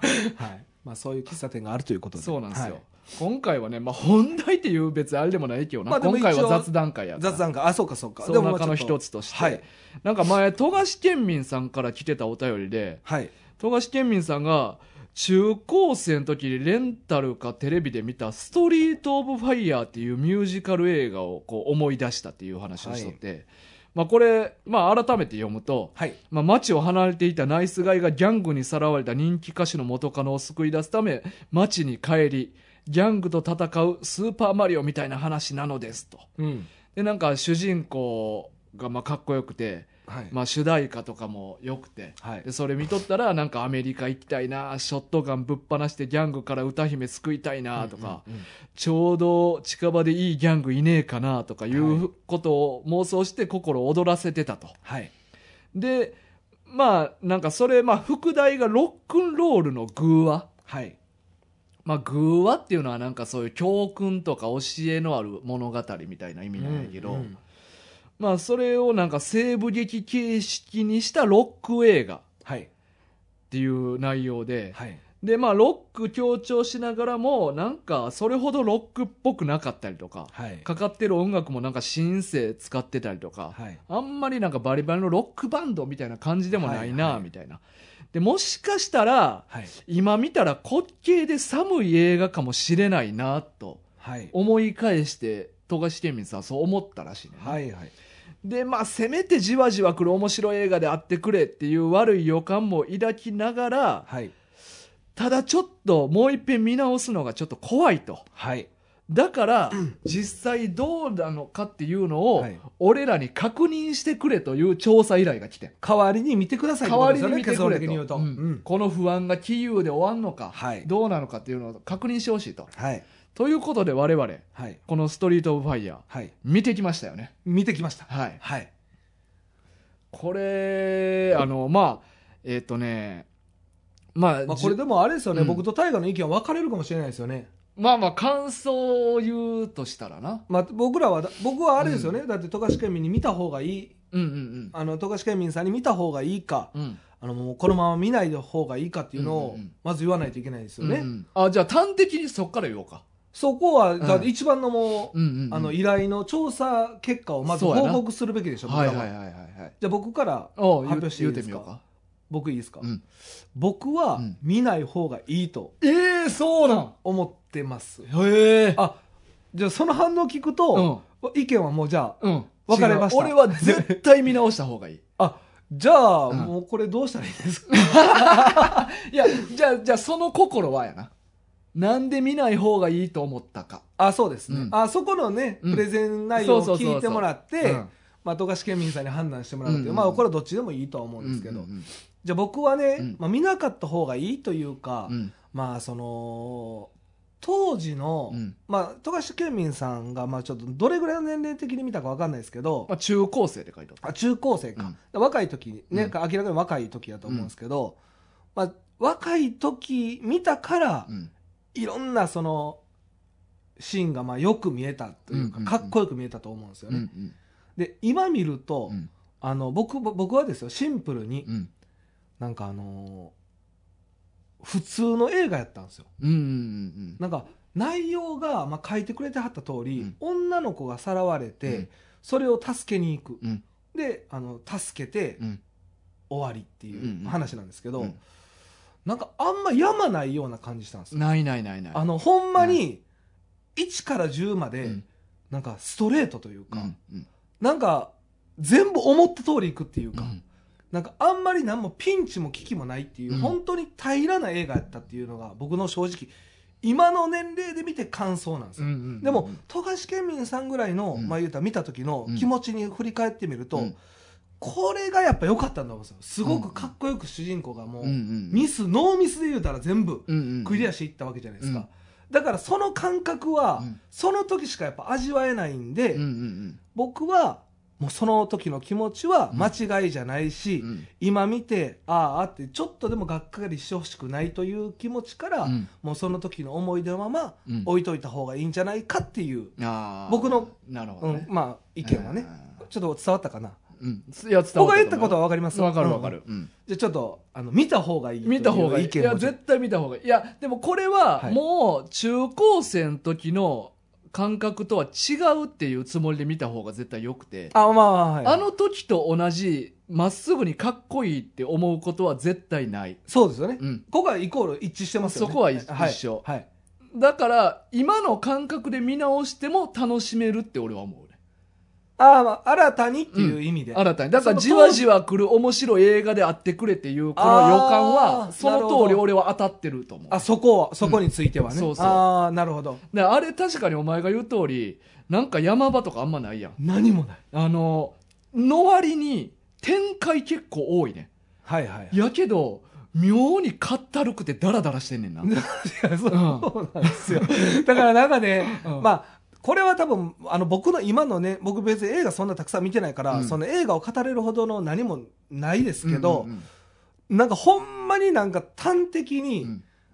そういう喫茶店があるということで。 そうなんですよ。今回はね、本題っていう別にあれでもないけどな。今回は雑談会やから。 雑談会。そうか。その中の一つとして。なんか前、富樫県民さんから来てたお便りで、富樫県民さんが中高生の時にレンタルかテレビで見たストリート・オブ・ファイヤーっていうミュージカル映画を思い出したっていう話をしとって、これ、改めて読むと、街を離れていたナイスガイがギャングにさらわれた人気歌手の元カノを救い出すため、街に帰り、ギャングと戦うスーパーマリオみたいな話なのですと。で、なんか主人公がかっこよくて、主題歌とかも良くて、でそれ見とったらなんかアメリカ行きたいな、ショットガンぶっ放してギャングから歌姫救いたいなとか、ちょうど近場でいいギャングいねえかなとかいうことを妄想して心躍らせてたと。でなんかそれ副題がロックンロールの偶話はい。 まあ、寓話っていうのはなんかそういう教訓とか教えのある物語みたいな意味なんやけど、まあそれをなんか西部劇形式にしたロック映画っていう内容で、でまあロック強調しながらもなんかそれほどロックっぽくなかったりとか、かかってる音楽もなんかシンセ使ってたりとか、あんまりなんかバリバリのロックバンドみたいな感じでもないなみたいな。でもしかしたら、今見たら滑稽で寒い映画かもしれないなと思い返して富樫県民さんはそう思ったらしいね。でまあせめてじわじわ来る面白い映画であってくれっていう悪い予感も抱きながら、ただちょっともう一遍見直すのがちょっと怖いと。だから実際どうなのかっていうのを俺らに確認してくれという調査依頼が来て、 代わりに見てください。 代わりに見てくれと、この不安が杞憂で終わんのか、どうなのかっていうのを確認してほしいと。ということで我々、このストリート・オブ・ファイヤー、見てきましたよね。 見てきました。 これまあまあこれでもあれですよね、僕と大河の意見は分かれるかもしれないですよね。 まあまあ感想を言うとしたらな、 まあ、僕はあれですよね、だって富樫県民に見た方がいい、富樫県民さんに見た方がいいか、もうこのまま見ない方がいいかっていうのをまず言わないといけないですよね。 あ、じゃあ端的にそこから言おうか。 そこはだって一番のもう、依頼の調査結果をまず報告するべきでしょ。じゃあ僕から発表していいですか。僕いいですか。僕は見ない方がいいとそうなん思ってます。 あ、 じゃあその反応聞くと、意見はもうじゃあ分かれました。 俺は絶対見直した方がいい。 じゃあもうこれどうしたらいいですか。 いやじゃあその心はやな、なんで見ない方がいいと思ったか。 そうですね。そこのねプレゼン内容を聞いてもらって富樫県民さんに判断してもらうっていう、まあこれはどっちでもいいとは思うんですけど、じゃあ僕はね、見なかった方がいいというか、まあその当時の、富樫県民さんがちょっとどれぐらいの年齢的に見たか分かんないですけど、 中高生って書いてあった。 中高生か、若い時ね、明らかに若い時だと思うんですけど、若い時見たから、いろんなそのシーンがよく見えたというか、かっこよく見えたと思うんですよね。で今見ると、僕はですよ、シンプルに、なんか普通の映画やったんですよ。なんか内容が書いてくれてはった通り、女の子がさらわれて、それを助けに行く、で助けて、終わりっていう話なんですけど、なんかあんまやまないような感じしたんですよ。 ないほんまに1から10までなんかストレートというか、なんか全部思った通りいくっていうか、なんかあんまり何もピンチも危機もないっていう、本当に平らな映画やったっていうのが僕の正直今の年齢で見て感想なんですよ。でも富樫県民さんぐらいの、言うたら見た時の気持ちに振り返ってみると、これがやっぱ良かったんだと思うんですよ。すごくかっこよく主人公がもう、ノーミスで言うたら全部クリアしていったわけじゃないですか。だからその感覚は、その時しかやっぱ味わえないんで、僕はもうその時の気持ちは間違いじゃないし、今見てってちょっとでもがっかりしてほしくないという気持ちから、もうその時の思い出のまま置いといた方がいいんじゃないかっていう、僕の意見はね、ちょっと伝わったかな。僕が言ったことは分かります。 分かる。 じゃあちょっと見た方がいい。 見た方がいい。いや絶対見た方がいい。いやでもこれはもう中高生の時の感覚とは違うっていうつもりで見た方が絶対良くて、あの時と同じまっすぐにかっこいいって思うことは絶対ない。 そうですよね。ここはイコール一致してますよね。 そこは一緒。だから今の感覚で見直しても楽しめるって俺は思う。 新たにっていう意味で、 新たにだからじわじわ来る面白い映画であってくれっていうこの予感はその通り俺は当たってると思う。 そこについてはね。なるほど。 あれ確かにお前が言う通りなんか山場とかあんまないやん。 何もない。 の割に展開結構多いね。やけど妙にかったるくてダラダラしてんねんな。 そうなんですよ。だからなんかね、これは多分僕の今のね、僕別に映画そんなたくさん見てないから、その映画を語れるほどの何もないですけど、なんかほんまになんか端的に、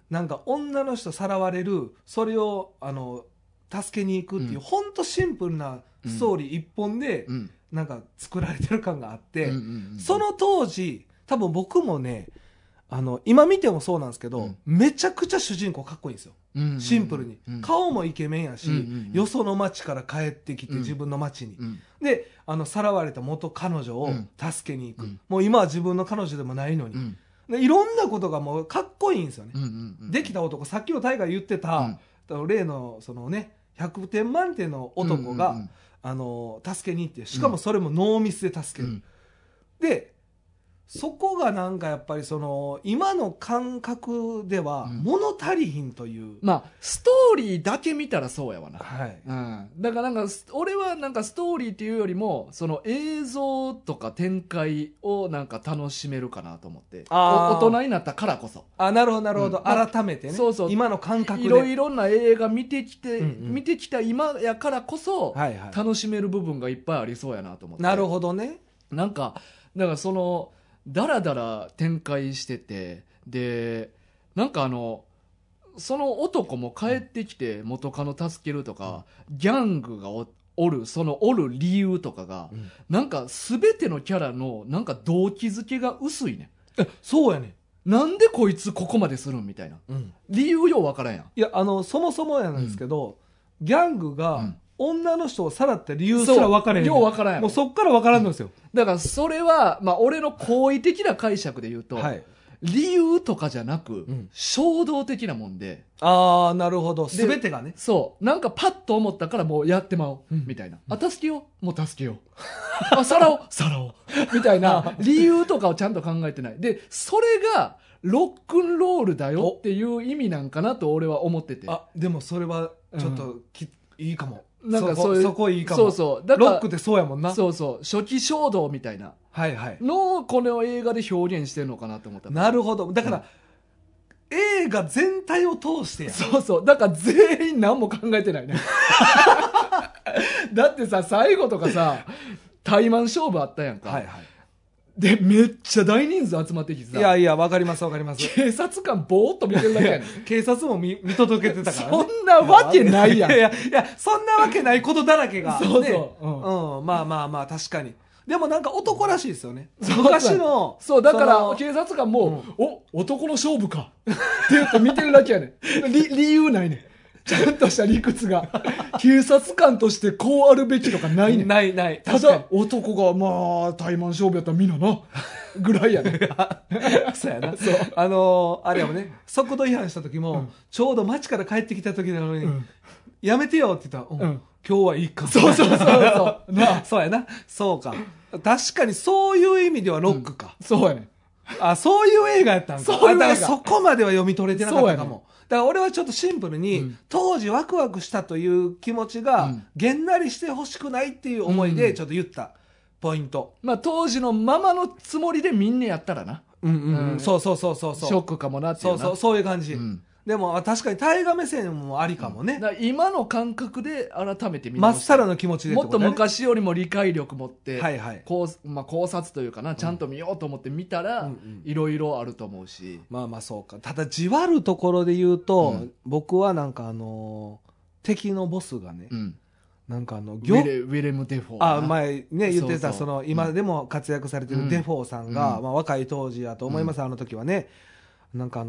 なんか女の人さらわれる、それを助けに行くっていう、ほんとシンプルなストーリー一本でなんか作られてる感があって、その当時多分僕もね、今見てもそうなんですけど、めちゃくちゃ主人公かっこいいんですよ、シンプルに、顔もイケメンやし、よその町から帰ってきて自分の町に、でさらわれた元彼女を助けに行く、もう今は自分の彼女でもないのに、でいろんなことがもうかっこいいんですよね、できた男、さっきの大河言ってた、例のそのね100点満点の男が、助けに行って、しかもそれもノーミスで助ける、でそこがなんかやっぱりその今の感覚では物足りひんという、 まあストーリーだけ見たらそうやわな、だからなんか俺はなんかストーリーっていうよりもその映像とか展開をなんか楽しめるかなと思って、大人になったからこそ。 なるほどなるほど、改めてね、 そうそう、 今の感覚でいろいろな映画見てきた今やからこそ楽しめる部分がいっぱいありそうやなと思って。 なるほどね。 なんかだからそのだらだら展開してて、でなんかその男も帰ってきて元カノ助けるとか、ギャングがおる理由とかが、なんか全てのキャラのなんか動機づけが薄いね。 そうやね。 なんでこいつここまでするんみたいな、理由ようわからんやん。 いやそもそもやなんですけど、ギャングが、女の人をさらった理由すら分からへん。 よう分からんやろ。 もうそっから分からんのですよ。 だからそれは、まあ俺の好意的な解釈で言うと、理由とかじゃなく、衝動的なもんで。 なるほど。すべてがね。 そう。なんかパッと思ったからもうやってまおう。みたいな。助けよう。もう助けよう。さらおう。みたいな理由とかをちゃんと考えてない。で、それがロックンロールだよっていう意味なんかなと俺は思ってて。 でもそれはちょっといいかも。 なんかそこいいかも。 そうだからロックってそうやもんな。 そう初期衝動みたいなのをこの映画で表現してるのかなと思った。 なるほど。だから、映画全体を通してや。 そうだから全員何も考えてないね。だってさ、最後とかさ対マン勝負あったやんか。でめっちゃ大人数集まってきてさ、 いやわかりますわかります。 警察官ぼーっと見てるだけやねん。 警察も見届けてたからね。 そんなわけないやん。 いやそんなわけないことだらけが、ね、 そうまあ確かに。でもなんか男らしいですよね。昔のだから警察官も、男の勝負かって言って見てるだけやねん。理由ないねん。ちゃんとした理屈が。警察官としてこうあるべきとかないねん。 ない。 ただ、男が、まあ、対マン勝負やったらみんなな。ぐらいやね。 そうやな。あれやもね、速度違反した時も、ちょうど街から帰ってきた時なのに、やめてよって言ったら、今日はいいか。 そう。そうやな。そうか。確かにそういう意味ではロックか。 そうやね。 そういう映画やったんか。 そういう映画。 だからそこまでは読み取れてなかったかも。だから俺はちょっとシンプルに、当時ワクワクしたという気持ちが、げんなりしてほしくないっていう思いでちょっと言ったポイント。 まあ当時のままのつもりでみんなやったらな。 そう。ショックかもなっていうな。 そういう感じ。でも確かに大河目線もありかもね。 だ今の感覚で改めて見まっさらの気持ちで、 もっと昔よりも理解力持って、考察というかな、ちゃんと見ようと思って見たら、いろいろあると思うし。 まあそうか。ただじわるところで言うと、僕はなんか敵のボスがね、なんかウィレム・デフォー。 前ね言ってた今でも活躍されてるデフォーさんが、若い当時やと思います。あの時はね、なんか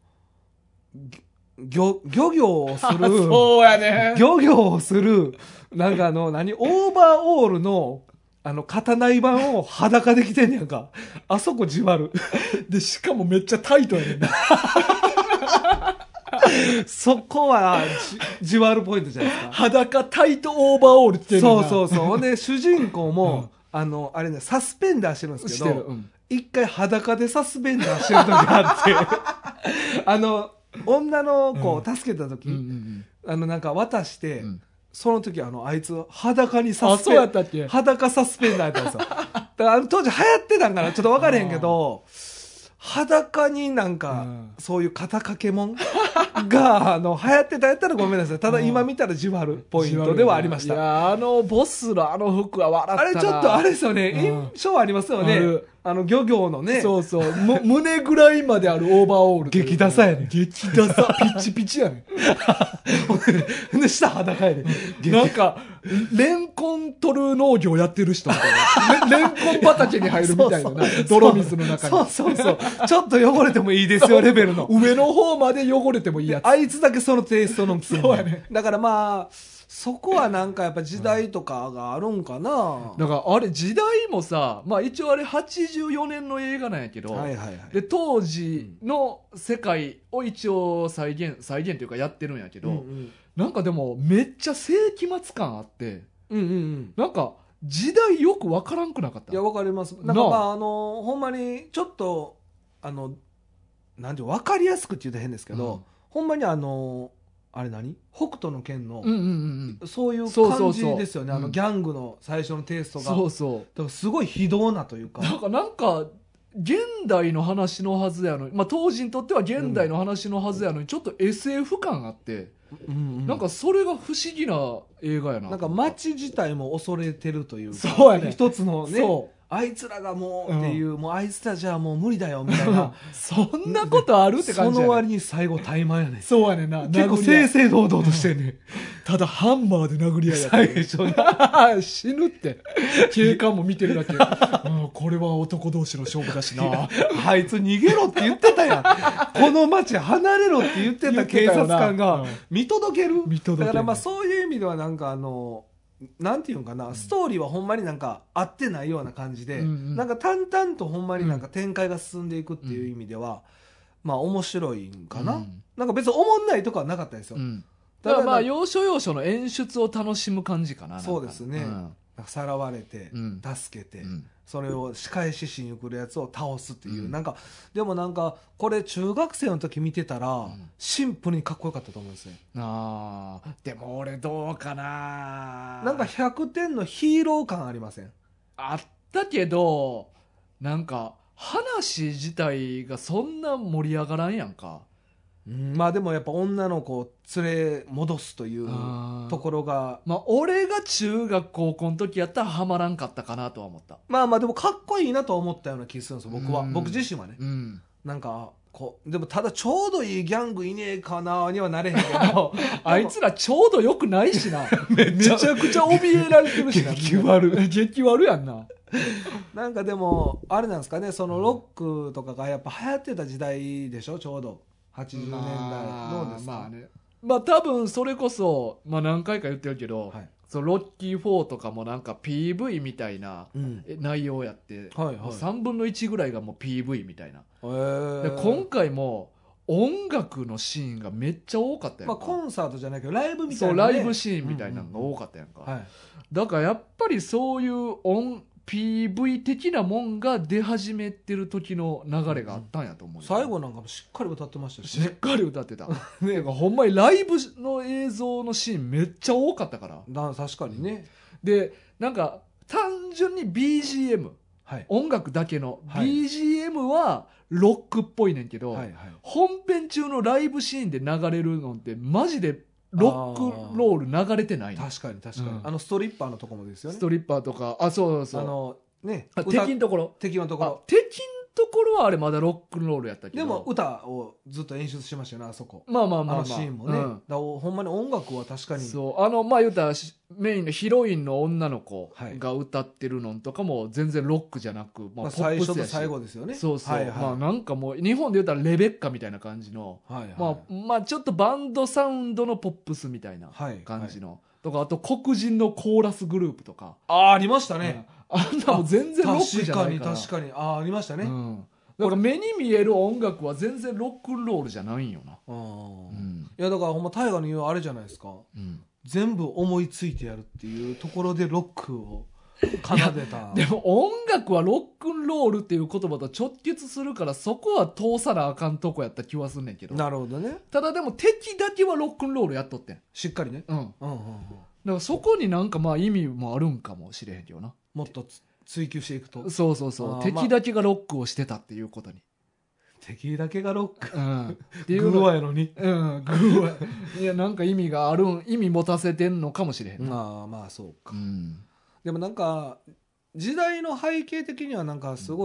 漁業をするそうやね。 漁業をするなんかオーバーオールの肩内板を裸で着てんねやんか。あそこじわるでしかもめっちゃタイトやねんな。 そこはじわるポイントじゃないですか。 裸タイトオーバーオールって言ってるそうで主人公も、あれねサスペンダーしてるんですけど、一回裸でサスペンダーしてる時があって女の子を助けた時、なんか渡して、その時あいつ裸に裸サスペンダーやったんですよ。だから当時流行ってたんかなちょっと分からへんけど、裸になんか、そういう肩掛けもんが流行ってたやったらごめんなさい。ただ今見たらじわるポイントではありました。 いやボスの服は笑ったな。 あれちょっとあれですよね、印象ありますよね。 漁業のね。 そうそう。胸ぐらいまであるオーバーオール。 激ダサやね。 激ダサ。ピッチピチやね。 で、下裸やね。 なんか、レンコン取る農業やってる人みたいな。レンコン畑に入るみたいな。泥水の中に。 そう。ちょっと汚れてもいいですよ、レベルの。 上の方まで汚れてもいいやつ。 あいつだけそのテイストのくせに。 そうやね。 だからまあ、そこはなんかやっぱ時代とかがあるんかな。 だからあれ時代もさ、まあ一応あれ84年の映画なんやけど、で当時の世界を一応再現というかやってるんやけど、なんかでもめっちゃ世紀末感あって、なんか時代よくわからんくなかった？ いやわかります。なんかまあほんまにちょっとなんてわかりやすくって言うと変ですけど、ほんまにあれ何？北斗の拳の、そういう感じですよね。ギャングの最初のテイストが。そうそう。だからすごい非道なというか。 なんか現代の話のはずやのに、まあ当時にとっては現代の話のはずやのに、ちょっと SF 感あって、なんかそれが不思議な映画やな。 なんか街自体も恐れてるというか。 そうやね。 一つのね。あいつらがもうっていう、もうあいつらじゃあもう無理だよみたいな。 そんなことあるって感じやね。 その割に最後怠慢やね。 そうやねんな。 結構正々堂々としてんね。 ただハンマーで殴り合いや最初な。 死ぬって。警官も見てるだけ。これは男同士の勝負だしな。 あいつ逃げろって言ってたやん。この街離れろって言ってた警察官が見届ける。だからまあそういう意味ではなんかなんていうんかな、ストーリーはほんまになんか合ってないような感じで、なんか淡々とほんまになんか展開が進んでいくっていう意味では、まあ面白いんかな。なんか別に思んないとかはなかったですよ。 だからまあ要所要所の演出を楽しむ感じかな。 そうですね。さらわれて、助けて、それを仕返ししに来るやつを倒すっていう、なんかでもなんかこれ中学生の時見てたら、シンプルにかっこよかったと思うんですね。 でも俺どうかな。 なんか100点のヒーロー感ありません？ あったけど、なんか話自体がそんな盛り上がらんやんか。 まあでもやっぱ女の子を連れ戻すというところが、 まあ俺が中学高校の時やったらハマらんかったかなとは思った。 まあまあでもかっこいいなと思ったような気がするんですよ、僕は。僕自身はね。なんかでもただちょうどいいギャングいねえかなにはなれへんけどあいつらちょうどよくないしな。めちゃくちゃ怯えられてるしな。 激悪激悪やんな。 なんかでもあれなんですかね、そのロックとかがやっぱ流行ってた時代でしょ、ちょうど80年代のですか。 まあね、まあ多分それこそ、まあ何回か言ってるけど、そのロッキー4とかもなんか PV みたいな内容やって、3分の1ぐらいがもう PV みたいな。で今回も音楽のシーンがめっちゃ多かったやんか。 まあコンサートじゃないけどライブみたいな、ね、 そうライブシーンみたいなのが多かったやんか。だからやっぱりそういうPV 的なもんが出始めてる時の流れがあったんやと思う、 最後なんかもしっかり歌ってましたし、 ね、しっかり歌ってたね。ほんまにライブの映像のシーンめっちゃ多かったから。 確かにね。 でなんか単純に BGM、音楽だけの BGM はロックっぽいねんけど、本編中のライブシーンで流れるのってマジでロックロール流れてない。 確かに確かに、ストリッパーのとこもですよね。 ストリッパーとか、そうね、 敵のところ、 敵のところ、 敵のところはあれまだロックロールやったけど、 でも歌をずっと演出しましたよね、あそこ。 まあまあまあ、 シーンもね、ほんまに音楽は確かにそうまあ言うたらメインのヒロインの女の子が歌ってるのとかも全然ロックじゃなく、まあ、 最初と最後ですよね。 そうそう、まあなんかもう日本で言うたらレベッカみたいな感じの、まあちょっとバンドサウンドのポップスみたいな感じの、とかあと黒人のコーラスグループとかありましたね。 あんなも全然ロックじゃないから確かにありましたね。 だから目に見える音楽は全然ロックンロールじゃないんよな。 いやだからほんま大河の言うあれじゃないですか、全部思いついてやるっていうところでロックを奏でた。 でも音楽はロックンロールっていう言葉と直結するから、そこは通さなあかんとこやった気はすんねんけど。 なるほどね。 ただでも敵だけはロックンロールやっとってんしっかりね。だからそこになんかまあ意味もあるんかもしれへんけどな。 もっと追求していくと。 そう敵だけがロックをしてたっていうことに。 敵だけがロック、 っていうグーワやのに、 グーワいやなんか意味がある意味持たせてんのかもしれへん。 まあそうか、でもなんか時代の背景的にはなんかすごい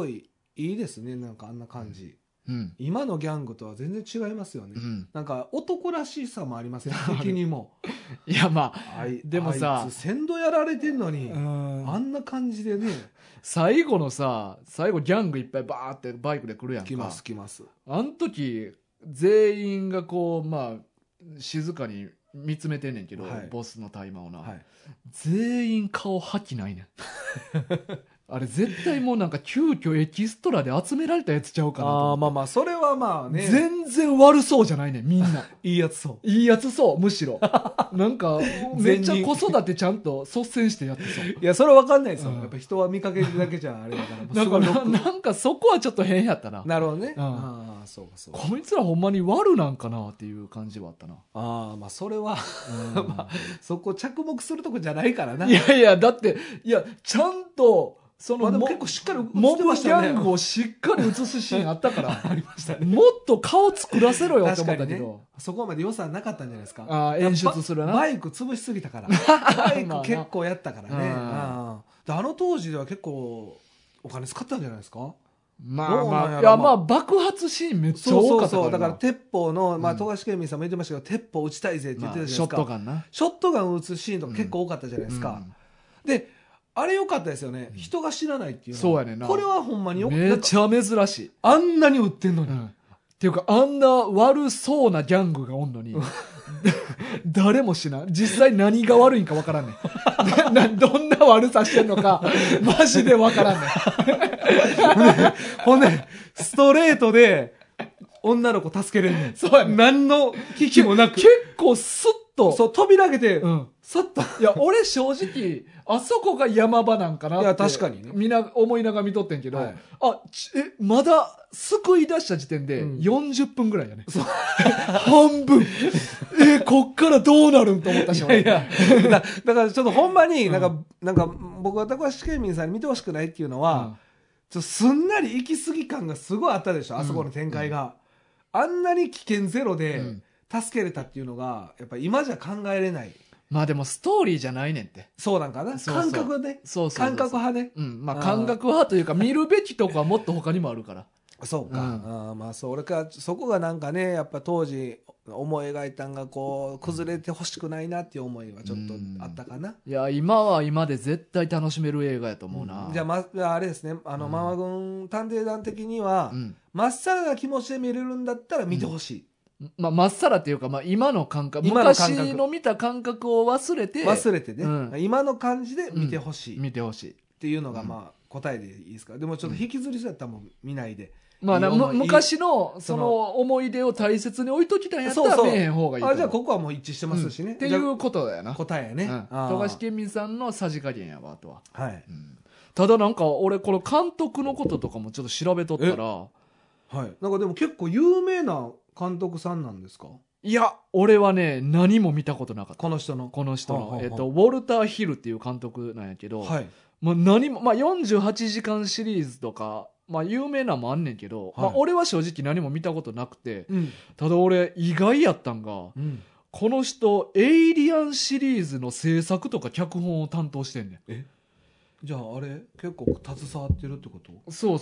いいですね、なんかあんな感じ。 うん、 今のギャングとは全然違いますよね。うん、なんか男らしさもありますね、敵にも。 いやまあでもさ、 あいつ先導やられてんのに、あんな感じでね。 最後ギャングいっぱいバーってバイクで来るやんか。 来ます。 あん時全員がこうまあ静かに見つめてんねんけど、はい、ボスのタイマーをな、はい、全員顔覇気ないねん。あれ絶対もうなんか急遽エキストラで集められたやつちゃうかなと。 まあまあそれはまあね、 全然悪そうじゃないねんみんな。 いいやつそう、 いいやつそう、むしろなんかめっちゃ子育てちゃんと率先してやってそう。 いやそれは分かんないですよ、やっぱ人は見かけるだけじゃあれだからなんかそこはちょっと変やったな。 なるほどね、 ああそうこいつらほんまに悪なんかなっていう感じはあったな。 まあそれはまあそこ着目するとこじゃないからな。 いやいやだってちゃんとその、 結構しっかり映モブギャングをしっかり映すシーンあったからありましたね。 もっと顔作らせろよって思ったけど、ね、 そこまで予算なかったんじゃないですか。 演出するな。 バイク潰しすぎたからバイク結構やったからね。あの当時では結構お金使ったんじゃないですか。 まあ爆発シーンめっちゃ多かったからな。 そうだから鉄砲の富樫県民さんも言ってましたけど、鉄砲撃ちたいぜって言ってたじゃないですか。 ショットガンな。 ショットガン撃つシーンとか結構多かったじゃないですか。であれ良かったですよね、人が知らないっていうのは。 そうやねんな。 これはほんまにめちゃ珍しい。 あんなに売ってんのに、 っていうかあんな悪そうなギャングがおんのに誰も知らん。実際何が悪いんか分からんねんどんな悪さしてんのかマジで分からんねんほんでストレートで女の子助けれんねん。 そうやねん。 何の危機もなく結構スッと扉開けて、スッと。 いや俺正直あそこが山場なんかなって、いや確かにね、 みんな思いながら見とってんけど、まだ救い出した時点で40分ぐらいやね、半分こっからどうなるんと思ったし。 だからちょっとほんまになんか僕は高橋県民さんに見てほしくないっていうのは、ちょっとすんなり行き過ぎ感がすごいあったでしょ、あそこの展開が。あんなに危険ゼロで助けれたっていうのがやっぱ今じゃ考えれない。 まあでもストーリーじゃないねんって。 そうなんかな。感覚ね。感覚派ね。 まあ感覚派というか見るべきとこはもっと他にもあるから。 そうか。まあそこがなんかね、やっぱ当時思い描いたんがこう崩れてほしくないなっていう思いはちょっとあったかな。 いや今は今で絶対楽しめる映画やと思うな。 じゃああれですね、ママ軍探偵団的にはまっさらな気持ちで見れるんだったら見てほしい。 まっさらっていうか、今の感覚、昔の見た感覚を忘れてね、今の感じで見てほしい、 見てほしいっていうのが答えでいいですか。でもちょっと引きずりそうやったらもう見ないで、 昔のその思い出を大切に置いときたんやったら見えへん方がいい。 じゃあここはもう一致してますしね、 っていうことだよな。 答えやね。 富樫県民さんのさじ加減やわ。あとはただなんか俺この監督のこととかもちょっと調べとったら、 なんかでも結構有名な監督さんなんですか。 いや俺はね何も見たことなかった。 この人のウォルター・ヒルっていう監督なんやけど、もう何も48時間シリーズとか有名なのもあんねんけど、俺は正直何も見たことなくて、ただ俺意外やったんが、この人エイリアンシリーズの制作とか脚本を担当してんねん。 じゃああれ結構携わってるってこと？ そう、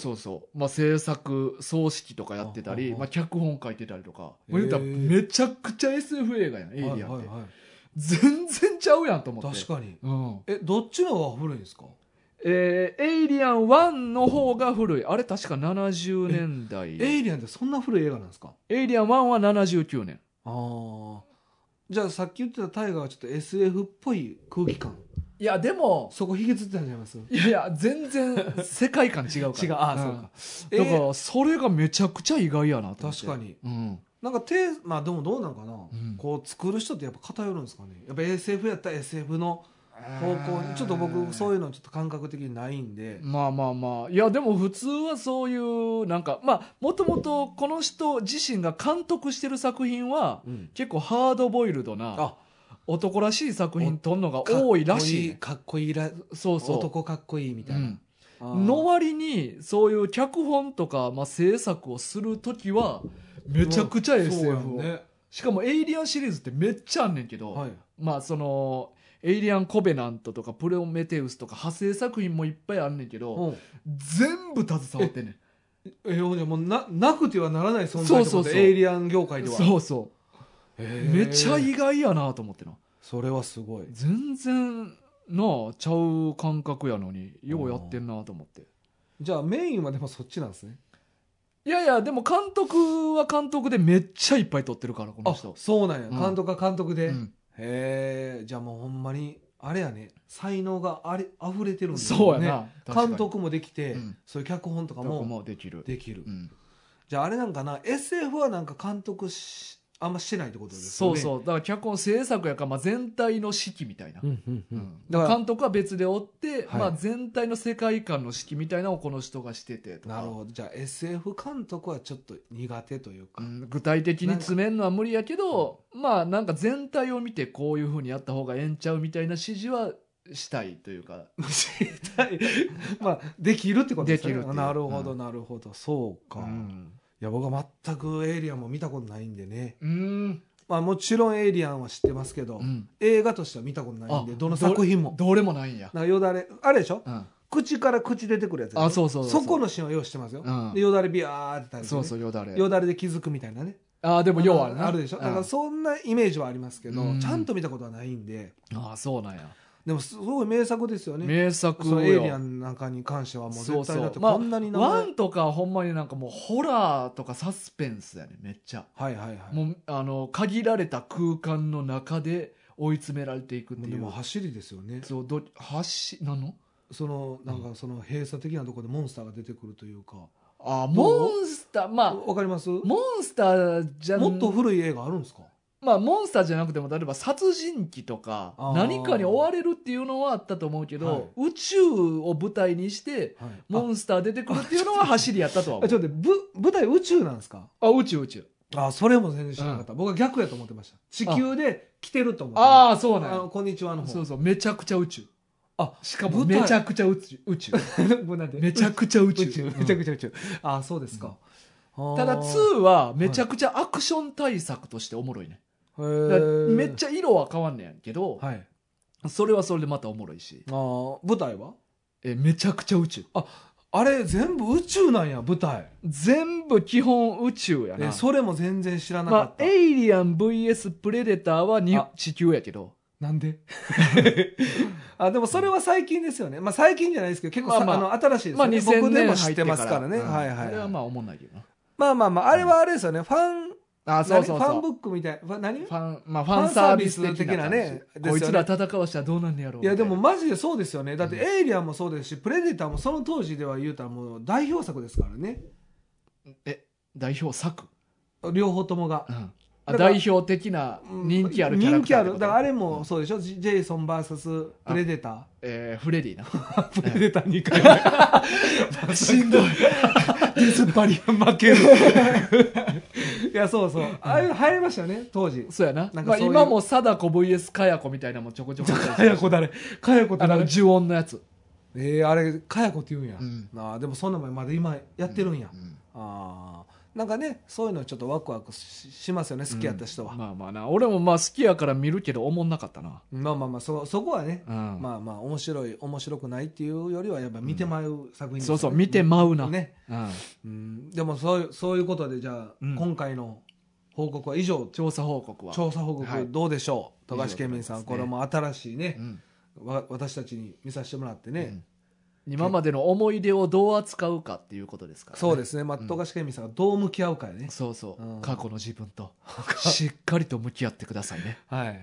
制作総指揮とかやってたり、脚本書いてたりとか、めちゃくちゃ SF 映画やんエイリアンって、全然ちゃうやんと思って。 確かに、どっちの方が古いんですか？ エイリアン1の方が古い。あれ確か70年代。 エイリアンってそんな古い映画なんですか？ エイリアン1は79年。 じゃあさっき言ってた大河はちょっと SF っぽい空気感。 いやでもそこ引きずってたんじゃないます？ いや全然世界観違うから。 違う。そうか。 だからそれがめちゃくちゃ意外やなと思って。 確かに。なんかでもどうなんかな、こう作る人ってやっぱ偏るんですかね。やっぱ SF やったら SF の方向にちょっと僕そういうのちょっと感覚的にないんで。 いやでも普通はそういうなんかもともとこの人自身が監督してる作品は、結構ハードボイルドな男らしい作品撮るのが多いらしい。 かっこいい男かっこいいみたいな、 の割にそういう脚本とか、制作をするときはめちゃくちゃ SF を、しかもエイリアンシリーズってめっちゃあんねんけど、そのエイリアンコベナントとかプロメテウスとか派生作品もいっぱいあんねんけど、全部携わってんねん。 もうなくてはならない存在ってことで、エイリアン業界では。 そうそう。めっちゃ意外やなと思ってな。 それはすごい。 全然なあちゃう感覚やのにようやってんなと思って。 じゃあメインはでもそっちなんですね。 いやいやでも監督は監督でめっちゃいっぱい撮ってるからこの人。 そうなんや、監督は監督で、へえ。じゃあもうほんまにあれやね、才能が溢れてるんですよね。 そうやな。 監督もできて、そういう脚本とかもできる。 じゃああれなんかな、 SF はなんか監督あんましてないってことですよね。 そうだから脚本制作やから、全体の指揮みたいな、だから監督は別でおって、全体の世界観の指揮みたいなのをこの人がしててとか。 なるほど。じゃあ SF 監督はちょっと苦手というか、 具体的に詰めるのは無理やけど、なんか全体を見てこういうふうにやった方がええんちゃうみたいな指示はしたいというかしたいできるってことですね。 できる。 なるほどなるほど。そうか。いや僕は全くエイリアンも見たことないんでね。もちろんエイリアンは知ってますけど、映画としては見たことないんで、どの作品もどれもないんや。 よだれあれでしょ、口から口出てくるやつ。そこのシーンはよう知ってますよ。よだれビャーって垂れて、 そうよだれで気づくみたいなね。 でも要はあるでしょ。だからそんなイメージはありますけど、ちゃんと見たことはないんで。 そうなんや。 でもすごい名作ですよね。 名作よ。 そのエイリアンなんかに関してはもう絶対だってこんなにワンとかほんまになんかもうホラーとかサスペンスやねめっちゃ。もう限られた空間の中で追い詰められていくっていう。 でも走りですよね。 そうなんのなんかその閉鎖的なところでモンスターが出てくるというか。 モンスターわかります？ モンスターじゃもっと古い映画あるんですか？ モンスターじゃなくても例えば殺人鬼とか何かに追われるっていうのはあったと思うけど、宇宙を舞台にしてモンスター出てくるっていうのは走りやったとは思う。 ちょっと舞台宇宙なんですか？ 宇宙。 それも全然知らなかった。僕は逆やと思ってました。地球で来てると思って。 そうなんや。 こんにちはの方。 そうめちゃくちゃ宇宙。しかもめちゃくちゃ宇宙。めちゃくちゃ宇宙。 めちゃくちゃ宇宙。そうですか。 ただ2はめちゃくちゃアクション対策としておもろいね。めっちゃ色は変わんねやけど、それはそれでまたおもろいし。 舞台はめちゃくちゃ宇宙。 あれ全部宇宙なんや。舞台全部基本宇宙やな。 それも全然知らなかった。 エイリアン VS プレデターは地球やけど。 なんででもそれは最近ですよね。最近じゃないですけど結構新しいですね。僕でも知ってますからね。あれは思んないけどな。 あれはあれですよね。ファンファンブックみたいな。何？ ファンサービス的なね。こいつら戦わしたらどうなんねやろう。 いやでもマジでそうですよね。だってエイリアンもそうですし、プレデターもその当時では言うたらもう代表作ですからね。 代表作？ 両方ともが。 代表的な人気あるキャラクター。 だからあれもそうでしょ。ジェイソン VS プレデター。フレディな。 プレデター2回目。しんどい。出ずっぱり負ける。 いやそうああいうの流行りましたよね当時。 そうやな。今も貞子 VS かや子みたいなのもちょこちょこ。 かや子誰？かや子って呪音のやつ。 あれかや子って言うんや。でもそんなもんまだ今やってるんや。なんかねそういうのちょっとワクワクしますよね。好きやった人は。 俺も好きやから見るけどおもんなかったな。 そこはね、面白くないっていうよりはやっぱ見てまう作品ですよね。 そう見てまうなね。でもそういうことでじゃあ今回の報告は以上。 調査報告どうでしょう。富樫県民さん、これも新しいね、私たちに見させてもらってね、 今までの思い出をどう扱うかっていうことですからね。 そうですね。富樫県民さんがどう向き合うかやね。 過去の自分としっかりと向き合ってくださいね。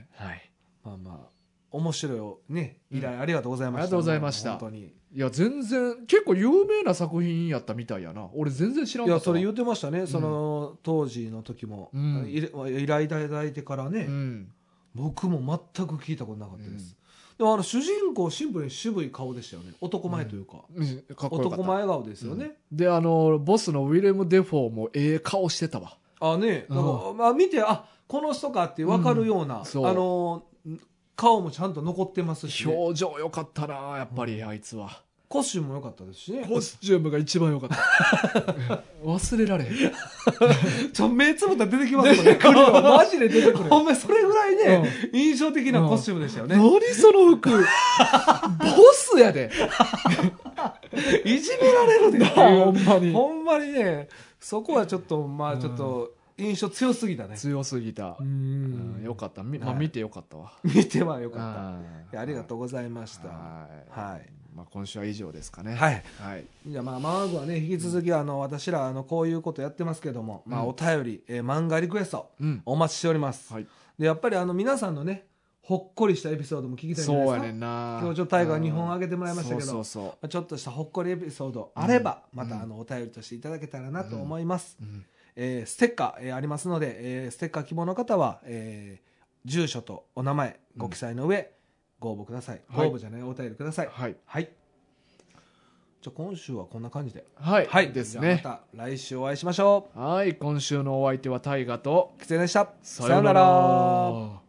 面白いね依頼ありがとうございました。 ありがとうございました。 本当に。 いや全然結構有名な作品やったみたいやな。俺全然知らんかった。 いやそれ言ってましたね。その当時の時も依頼いただいてからね、僕も全く聞いたことなかったです。でも主人公シンプルに渋い顔でしたよね。男前というか、男前顔ですよね。 でボスのウィレム・デフォーも顔してたわ。 見てこの人かって分かるような、顔もちゃんと残ってますし、 表情良かったなやっぱりあいつは。 コスチュームも良かったですしね。 コスチュームが一番良かった忘れられへん目つぶったら出てきますもんねマジで出てくるほんまそれぐらいね、印象的なコスチュームでしたよね。 何その服ボスやでいじめられるでほんまにほんまにね、そこはちょっとまあちょっと印象強すぎたね。 強すぎた。よかった。まあ見てよかったわ。 見てはよかった。ありがとうございました。はい。 まあ今週は以上ですかね。 はい。はい。じゃあまあマーグはね、引き続き私らこういうことやってますけども、まあお便り、漫画リクエストお待ちしております。はい。でやっぱり皆さんのね、ほっこりしたエピソードも聞きたいじゃないですか。 そうやねんな。 今日ちょっとタイガー2本あげてもらいましたけど、ちょっとしたほっこりエピソードあれば、またお便りとしていただけたらなと思います。ステッカー、ありますので、ステッカー希望の方は、住所とお名前ご記載の上、ご応募ください。ご応募じゃない、お便りください。はい。はい。じゃあ今週はこんな感じで。 はい。はい。ですね。 じゃあまた来週お会いしましょう。 はい。今週のお相手はタイガとキツネでした。 さよなら。